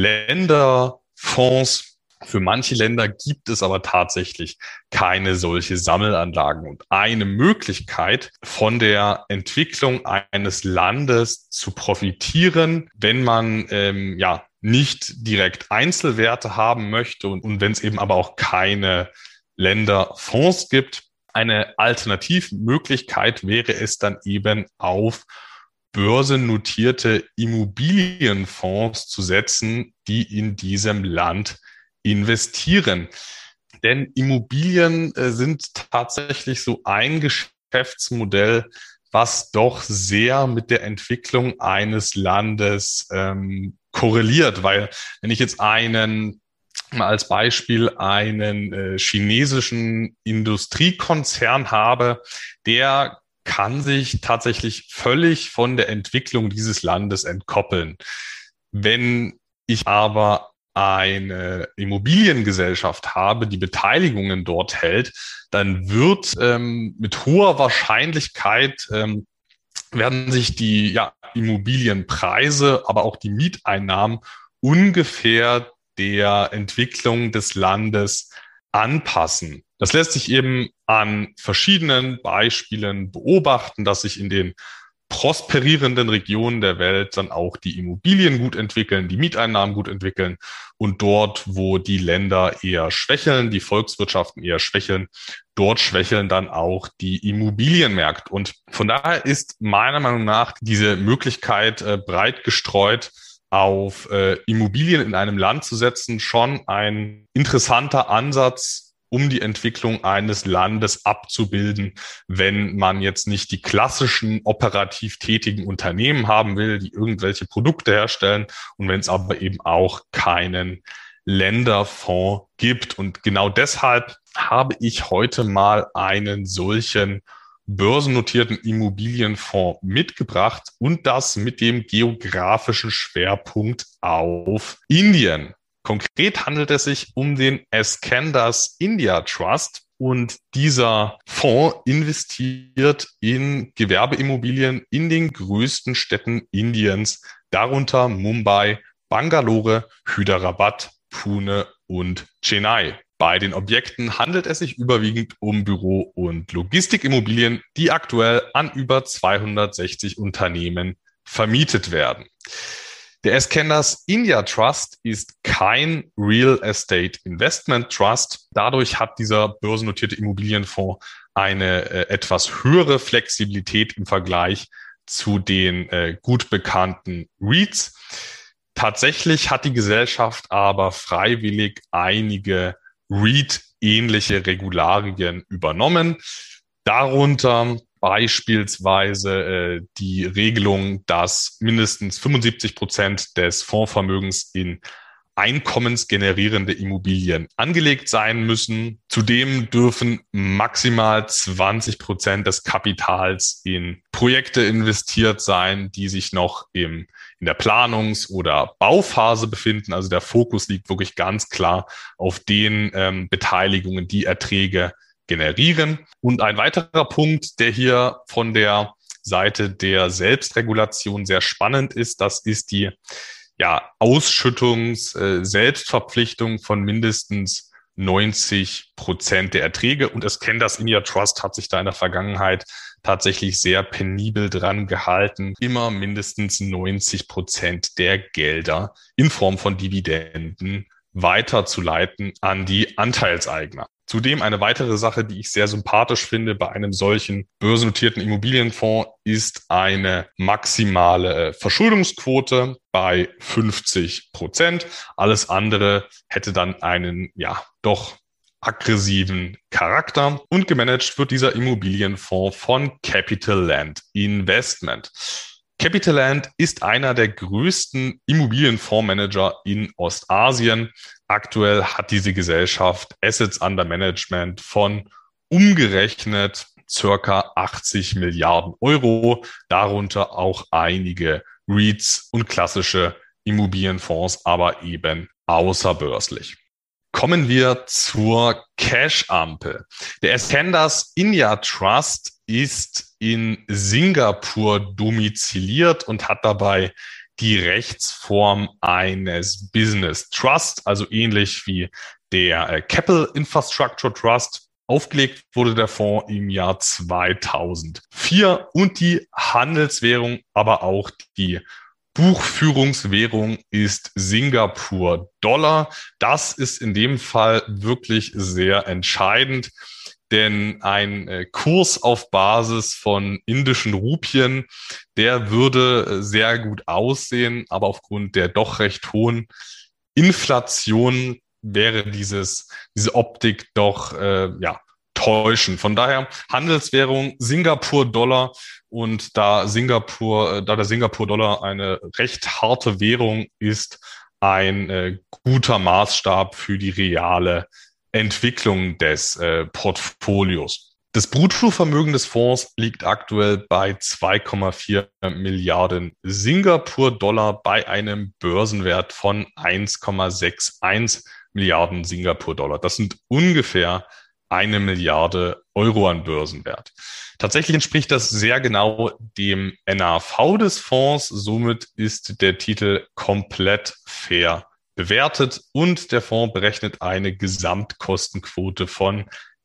Speaker 2: Länderfonds. Für manche Länder gibt es aber tatsächlich keine solche Sammelanlagen. Und eine Möglichkeit, von der Entwicklung eines Landes zu profitieren, wenn man ja nicht direkt Einzelwerte haben möchte und wenn es eben aber auch keine Länderfonds gibt, eine Alternativmöglichkeit wäre es dann eben auf börsennotierte Immobilienfonds zu setzen, die in diesem Land investieren. Denn Immobilien sind tatsächlich so ein Geschäftsmodell, was doch sehr mit der Entwicklung eines Landes korreliert. Weil wenn ich jetzt mal als Beispiel einen chinesischen Industriekonzern habe, der kann sich tatsächlich völlig von der Entwicklung dieses Landes entkoppeln. Wenn ich aber eine Immobiliengesellschaft habe, die Beteiligungen dort hält, dann wird mit hoher Wahrscheinlichkeit werden sich die Immobilienpreise, aber auch die Mieteinnahmen ungefähr der Entwicklung des Landes anpassen. Das lässt sich eben an verschiedenen Beispielen beobachten, dass sich in den prosperierenden Regionen der Welt dann auch die Immobilien gut entwickeln, die Mieteinnahmen gut entwickeln, und dort, wo die Länder eher schwächeln, die Volkswirtschaften eher schwächeln, dort schwächeln dann auch die Immobilienmärkte. Und von daher ist meiner Meinung nach diese Möglichkeit, breit gestreut auf Immobilien in einem Land zu setzen, schon ein interessanter Ansatz, um die Entwicklung eines Landes abzubilden, wenn man jetzt nicht die klassischen operativ tätigen Unternehmen haben will, die irgendwelche Produkte herstellen, und wenn es aber eben auch keinen Länderfonds gibt. Und genau deshalb habe ich heute mal einen solchen börsennotierten Immobilienfonds mitgebracht und das mit dem geografischen Schwerpunkt auf Indien. Konkret handelt es sich um den Ascendas India Trust und dieser Fonds investiert in Gewerbeimmobilien in den größten Städten Indiens, darunter Mumbai, Bangalore, Hyderabad, Pune und Chennai. Bei den Objekten handelt es sich überwiegend um Büro- und Logistikimmobilien, die aktuell an über 260 Unternehmen vermietet werden. Der Ascendas India Trust ist kein Real Estate Investment Trust. Dadurch hat dieser börsennotierte Immobilienfonds eine etwas höhere Flexibilität im Vergleich zu den gut bekannten REITs. Tatsächlich hat die Gesellschaft aber freiwillig einige REIT-ähnliche Regularien übernommen. Darunter beispielsweise die Regelung, dass mindestens 75% des Fondsvermögens in einkommensgenerierende Immobilien angelegt sein müssen. Zudem dürfen maximal 20% des Kapitals in Projekte investiert sein, die sich noch in der Planungs- oder Bauphase befinden. Also der Fokus liegt wirklich ganz klar auf den Beteiligungen, die Erträge generieren. Und ein weiterer Punkt, der hier von der Seite der Selbstregulation sehr spannend ist, das ist die Selbstverpflichtung von mindestens 90% der Erträge. Und Ascendas India Trust hat sich da in der Vergangenheit tatsächlich sehr penibel dran gehalten, immer mindestens 90% der Gelder in Form von Dividenden weiterzuleiten an die Anteilseigner. Zudem eine weitere Sache, die ich sehr sympathisch finde bei einem solchen börsennotierten Immobilienfonds, ist eine maximale Verschuldungsquote bei 50%. Alles andere hätte dann einen, doch aggressiven Charakter. Und gemanagt wird dieser Immobilienfonds von Capital Land Investment. Capital Land ist einer der größten Immobilienfondsmanager in Ostasien. Aktuell hat diese Gesellschaft Assets under Management von umgerechnet circa 80 Milliarden Euro, darunter auch einige REITs und klassische Immobilienfonds, aber eben außerbörslich. Kommen wir zur Cash-Ampel. Der Ascendas India Trust ist in Singapur domiziliert und hat dabei die Rechtsform eines Business Trust, also ähnlich wie der Keppel Infrastructure Trust. Aufgelegt wurde der Fonds im Jahr 2004 und die Handelswährung, aber auch die Buchführungswährung ist Singapur-Dollar. Das ist in dem Fall wirklich sehr entscheidend, denn ein Kurs auf Basis von indischen Rupien, der würde sehr gut aussehen, aber aufgrund der doch recht hohen Inflation wäre diese Optik doch täuschend. Von daher Handelswährung Singapur-Dollar. Und da der Singapur-Dollar eine recht harte Währung ist, ein guter Maßstab für die reale Entwicklung des Portfolios. Das Bruttovermögen des Fonds liegt aktuell bei 2,4 Milliarden Singapur-Dollar bei einem Börsenwert von 1,61 Milliarden Singapur-Dollar. Das sind ungefähr 1 Milliarde Euro an Börsenwert. Tatsächlich entspricht das sehr genau dem NAV des Fonds. Somit ist der Titel komplett fair bewertet und der Fonds berechnet eine Gesamtkostenquote von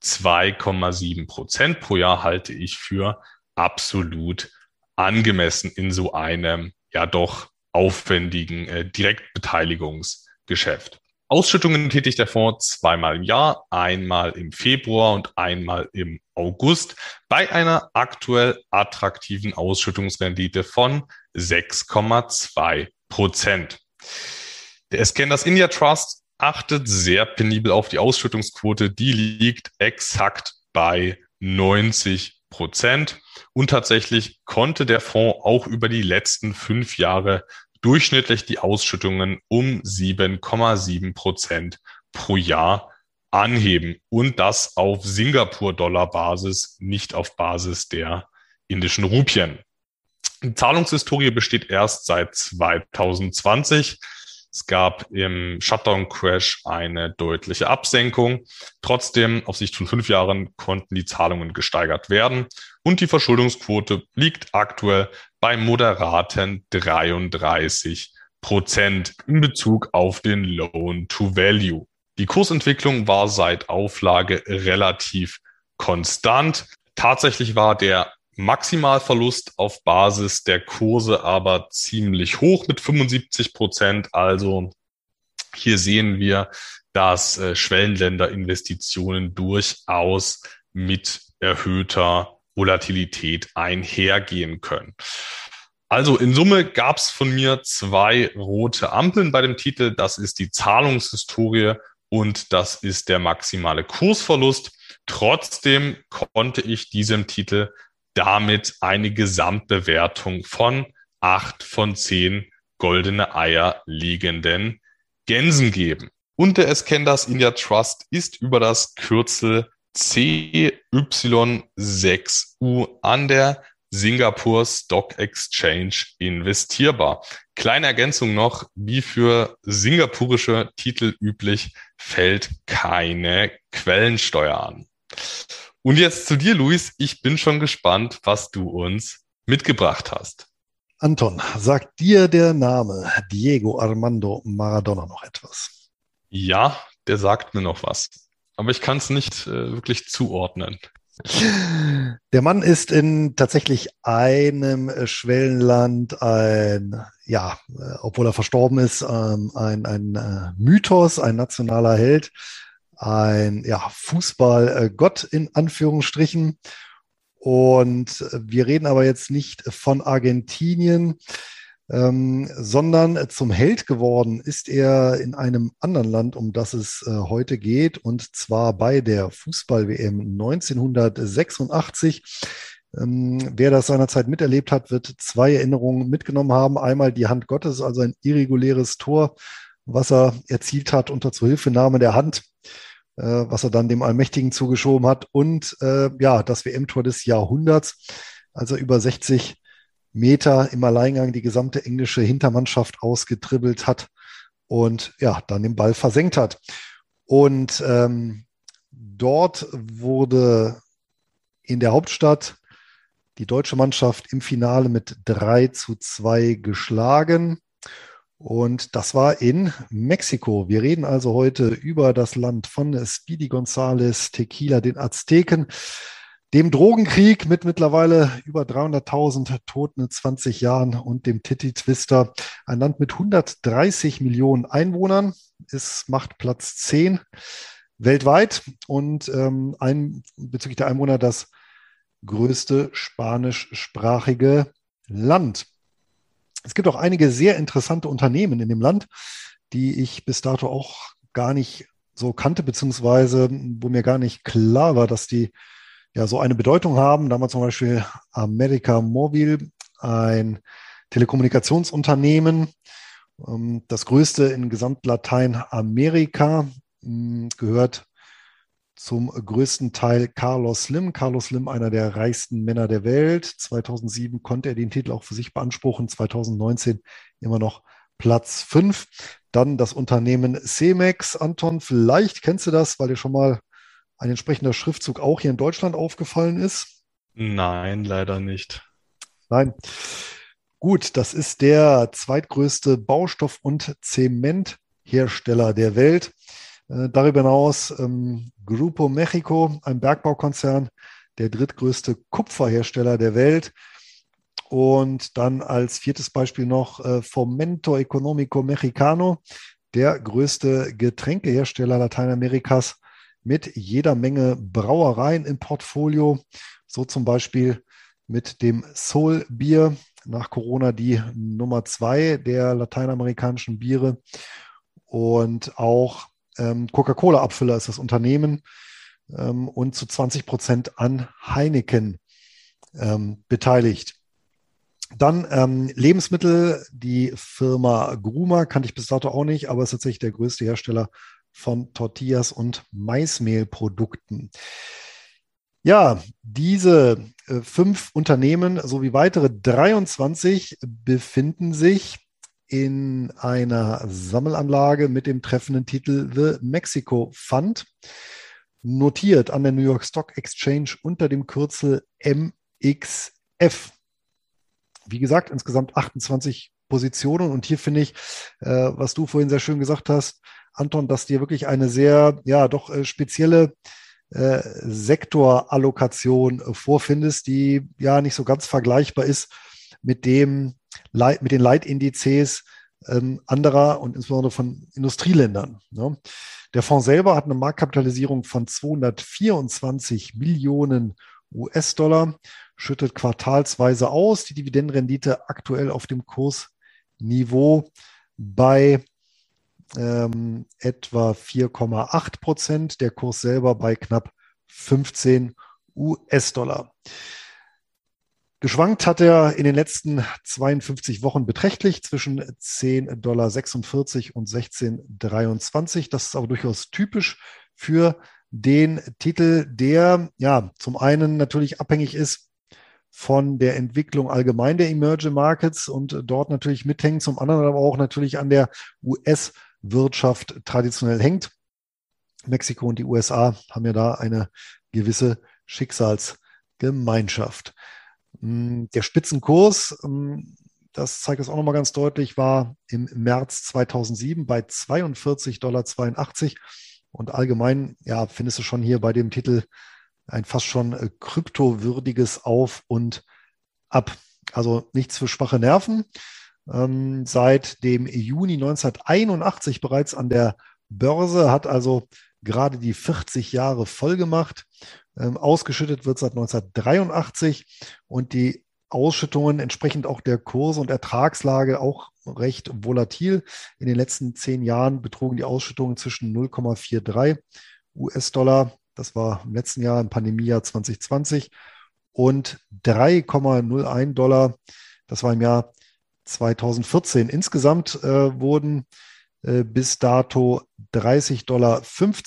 Speaker 2: 2,7% pro Jahr, halte ich für absolut angemessen in so einem doch aufwendigen Direktbeteiligungsgeschäft. Ausschüttungen tätigt der Fonds zweimal im Jahr, einmal im Februar und einmal im August, bei einer aktuell attraktiven Ausschüttungsrendite von 6,2%. Der Ascendas India Trust achtet sehr penibel auf die Ausschüttungsquote. Die liegt exakt bei 90%. Und tatsächlich konnte der Fonds auch über die letzten 5 Jahre durchschnittlich die Ausschüttungen um 7,7% pro Jahr anheben und das auf Singapur-Dollar-Basis, nicht auf Basis der indischen Rupien. Die Zahlungshistorie besteht erst seit 2020. Es gab im Shutdown-Crash eine deutliche Absenkung. Trotzdem, auf Sicht von 5 Jahren, konnten die Zahlungen gesteigert werden und die Verschuldungsquote liegt aktuell bei moderaten 33% in Bezug auf den Loan-to-Value. Die Kursentwicklung war seit Auflage relativ konstant. Tatsächlich war der Maximalverlust auf Basis der Kurse aber ziemlich hoch mit 75%. Also hier sehen wir, dass Schwellenländerinvestitionen durchaus mit erhöhter Volatilität einhergehen können. Also in Summe gab es von mir 2 rote Ampeln bei dem Titel. Das ist die Zahlungshistorie und das ist der maximale Kursverlust. Trotzdem konnte ich diesem Titel damit eine Gesamtbewertung von 8 von 10 goldene Eier liegenden Gänsen geben. Und der Eskenders India Trust ist über das Kürzel CY6U an der Singapore Stock Exchange investierbar. Kleine Ergänzung noch, wie für singapurische Titel üblich, fällt keine Quellensteuer an. Und jetzt zu dir, Luis. Ich bin schon gespannt, was du uns mitgebracht hast.
Speaker 1: Anton, sagt dir der Name Diego Armando Maradona noch etwas?
Speaker 2: Ja, der sagt mir noch was. Aber ich kann es nicht wirklich zuordnen.
Speaker 1: Der Mann ist in tatsächlich einem Schwellenland obwohl er verstorben ist, ein Mythos, ein nationaler Held, ein Fußballgott in Anführungsstrichen. Und wir reden aber jetzt nicht von Argentinien, sondern zum Held geworden ist er in einem anderen Land, um das es heute geht, und zwar bei der Fußball-WM 1986. Wer das seinerzeit miterlebt hat, wird 2 Erinnerungen mitgenommen haben. Einmal die Hand Gottes, also ein irreguläres Tor, was er erzielt hat unter Zuhilfenahme der Hand, was er dann dem Allmächtigen zugeschoben hat. Und das WM-Tor des Jahrhunderts, als er über 60 Meter im Alleingang die gesamte englische Hintermannschaft ausgetribbelt hat und dann den Ball versenkt hat. Und dort wurde in der Hauptstadt die deutsche Mannschaft im Finale mit 3:2 geschlagen. Und das war in Mexiko. Wir reden also heute über das Land von Speedy González, Tequila, den Azteken, dem Drogenkrieg mit mittlerweile über 300.000 Toten in 20 Jahren und dem Titi-Twister. Ein Land mit 130 Millionen Einwohnern. Es macht Platz 10 weltweit und bezüglich der Einwohner das größte spanischsprachige Land. Es gibt auch einige sehr interessante Unternehmen in dem Land, die ich bis dato auch gar nicht so kannte, beziehungsweise wo mir gar nicht klar war, dass die so eine Bedeutung haben. Da haben wir zum Beispiel América Móvil, ein Telekommunikationsunternehmen, das größte in Gesamtlateinamerika, gehört zum größten Teil Carlos Slim. Carlos Slim, einer der reichsten Männer der Welt. 2007 konnte er den Titel auch für sich beanspruchen. 2019 immer noch Platz 5. Dann das Unternehmen Cemex. Anton, vielleicht kennst du das, weil dir schon mal ein entsprechender Schriftzug auch hier in Deutschland aufgefallen ist.
Speaker 2: Nein, leider nicht.
Speaker 1: Nein. Gut, das ist der zweitgrößte Baustoff- und Zementhersteller der Welt. Darüber hinaus Grupo México, ein Bergbaukonzern, der drittgrößte Kupferhersteller der Welt. Und dann als 4. Beispiel noch Fomento Económico Mexicano, der größte Getränkehersteller Lateinamerikas mit jeder Menge Brauereien im Portfolio. So zum Beispiel mit dem Sol Bier, nach Corona die Nummer 2 der lateinamerikanischen Biere. Und auch Coca-Cola-Abfüller ist das Unternehmen und zu 20% an Heineken beteiligt. Dann Lebensmittel, die Firma Gruma, kannte ich bis dato auch nicht, aber ist tatsächlich der größte Hersteller von Tortillas und Maismehlprodukten. Ja, diese 5 Unternehmen sowie weitere 23 befinden sich in einer Sammelanlage mit dem treffenden Titel The Mexico Fund, notiert an der New York Stock Exchange unter dem Kürzel MXF. Wie gesagt, insgesamt 28 Positionen. Und hier finde ich, was du vorhin sehr schön gesagt hast, Anton, dass dir wirklich eine sehr, ja, doch spezielle Sektorallokation vorfindest, die ja nicht so ganz vergleichbar ist mit den Leitindizes anderer und insbesondere von Industrieländern. Ne? Der Fonds selber hat eine Marktkapitalisierung von 224 Millionen US-Dollar, schüttet quartalsweise aus. Die Dividendenrendite aktuell auf dem Kursniveau bei etwa 4,8%, der Kurs selber bei knapp 15 US-Dollar. Geschwankt hat er in den letzten 52 Wochen beträchtlich zwischen 10,46 Dollar und 16,23. Das ist aber durchaus typisch für den Titel, der ja zum einen natürlich abhängig ist von der Entwicklung allgemein der Emerging Markets und dort natürlich mithängt, zum anderen aber auch natürlich an der US-Wirtschaft traditionell hängt. Mexiko und die USA haben ja da eine gewisse Schicksalsgemeinschaft. Der Spitzenkurs, das zeigt es auch nochmal ganz deutlich, war im März 2007 bei 42,82 Dollar. Und allgemein, ja, findest du schon hier bei dem Titel ein fast schon kryptowürdiges Auf und Ab. Also nichts für schwache Nerven. Seit dem Juni 1981 bereits an der Börse, hat also gerade die 40 Jahre voll gemacht. Ausgeschüttet wird seit 1983 und die Ausschüttungen entsprechend auch der Kurse und Ertragslage auch recht volatil. In den letzten 10 Jahren betrugen die Ausschüttungen zwischen 0,43 US-Dollar, das war im letzten Jahr, im Pandemiejahr 2020, und 3,01 Dollar, das war im Jahr 2014. Insgesamt wurden bis dato 30,50 Dollar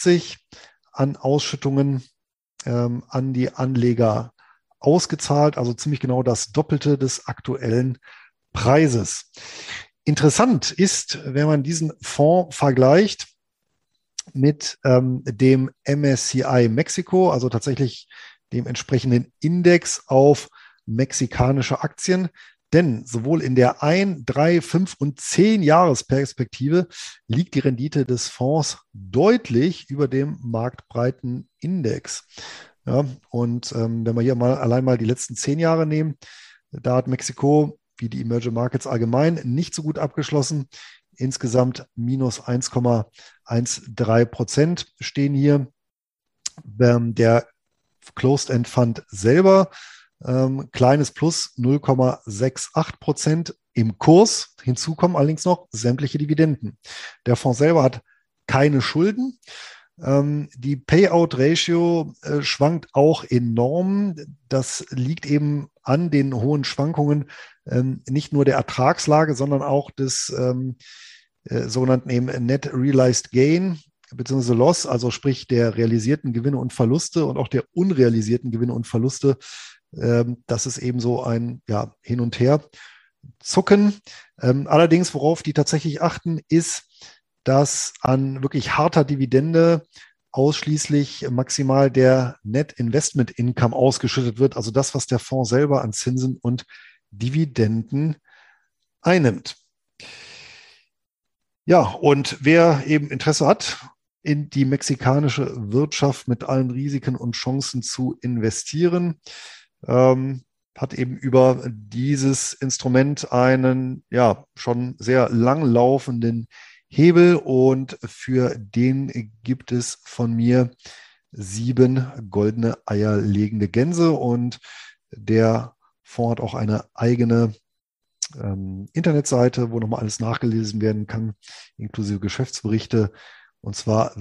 Speaker 1: an Ausschüttungen an die Anleger ausgezahlt, also ziemlich genau das Doppelte des aktuellen Preises. Interessant ist, wenn man diesen Fonds vergleicht mit dem MSCI Mexiko, also tatsächlich dem entsprechenden Index auf mexikanische Aktien. Denn sowohl in der 1-, 3-, 5- und 10-Jahres-Perspektive liegt die Rendite des Fonds deutlich über dem marktbreiten Index. Ja, und wenn wir hier allein mal die letzten 10 Jahre nehmen, da hat Mexiko, wie die Emerging Markets allgemein, nicht so gut abgeschlossen. Insgesamt minus 1,13% stehen hier. Der Closed-End Fund selber kleines Plus 0,68% im Kurs. Hinzu kommen allerdings noch sämtliche Dividenden. Der Fonds selber hat keine Schulden. Die Payout-Ratio schwankt auch enorm. Das liegt eben an den hohen Schwankungen nicht nur der Ertragslage, sondern auch des sogenannten eben Net Realized Gain bzw. Loss, also sprich der realisierten Gewinne und Verluste und auch der unrealisierten Gewinne und Verluste. Das ist eben so ein Hin und Her zucken. Allerdings, worauf die tatsächlich achten, ist, dass an wirklich harter Dividende ausschließlich maximal der Net Investment Income ausgeschüttet wird, also das, was der Fonds selber an Zinsen und Dividenden einnimmt. Ja, und wer eben Interesse hat, in die mexikanische Wirtschaft mit allen Risiken und Chancen zu investieren, hat eben über dieses Instrument einen schon sehr langlaufenden Hebel, und für den gibt es von mir 7 goldene eierlegende Gänse, und der Fonds hat auch eine eigene Internetseite, wo nochmal alles nachgelesen werden kann, inklusive Geschäftsberichte, und zwar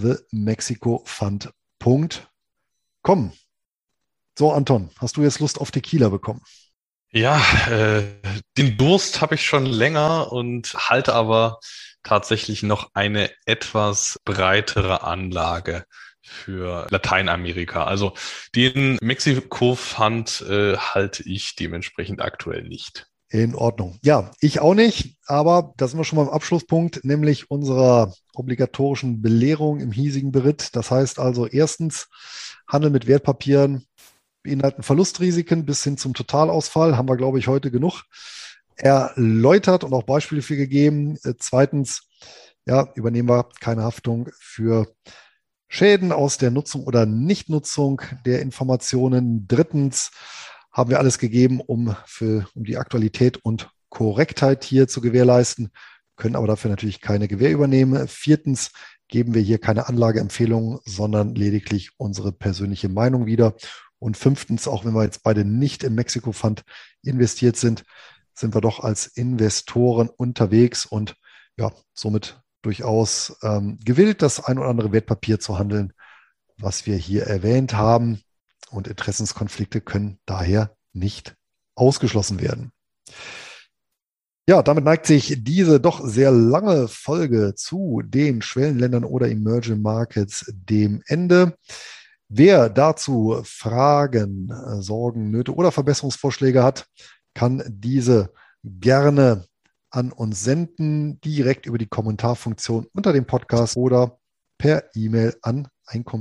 Speaker 1: themexicofund.com. So, Anton, hast du jetzt Lust auf Tequila bekommen?
Speaker 2: Ja, den Durst habe ich schon länger und halte aber tatsächlich noch eine etwas breitere Anlage für Lateinamerika. Also den Mexiko-Fund halte ich dementsprechend aktuell nicht.
Speaker 1: In Ordnung. Ja, ich auch nicht, aber da sind wir schon mal im Abschlusspunkt, nämlich unserer obligatorischen Belehrung im hiesigen Beritt. Das heißt also erstens, Handel mit Wertpapieren beinhalten Verlustrisiken bis hin zum Totalausfall. Haben wir, glaube ich, heute genug erläutert und auch Beispiele für gegeben. Zweitens, ja, übernehmen wir keine Haftung für Schäden aus der Nutzung oder Nichtnutzung der Informationen. Drittens, haben wir alles gegeben, um die Aktualität und Korrektheit hier zu gewährleisten, können aber dafür natürlich keine Gewähr übernehmen. Viertens, geben wir hier keine Anlageempfehlungen, sondern lediglich unsere persönliche Meinung wieder. Und fünftens, auch wenn wir jetzt beide nicht im Mexiko-Fund investiert sind, sind wir doch als Investoren unterwegs und ja, somit durchaus gewillt, das ein oder andere Wertpapier zu handeln, was wir hier erwähnt haben. Und Interessenskonflikte können daher nicht ausgeschlossen werden. Ja, damit neigt sich diese doch sehr lange Folge zu den Schwellenländern oder Emerging Markets dem Ende. Wer dazu Fragen, Sorgen, Nöte oder Verbesserungsvorschläge hat, kann diese gerne an uns senden, direkt über die Kommentarfunktion unter dem Podcast oder per E-Mail an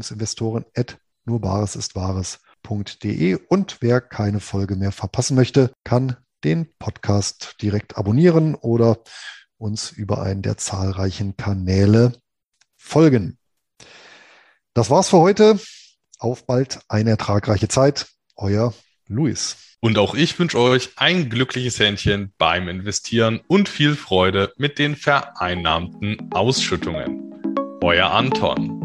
Speaker 1: einkommensinvestoren@nurbaresistwahres.de. Und wer keine Folge mehr verpassen möchte, kann den Podcast direkt abonnieren oder uns über einen der zahlreichen Kanäle folgen. Das war's für heute. Auf bald, eine ertragreiche Zeit. Euer Luis.
Speaker 2: Und auch ich wünsche euch ein glückliches Händchen beim Investieren und viel Freude mit den vereinnahmten Ausschüttungen. Euer Anton.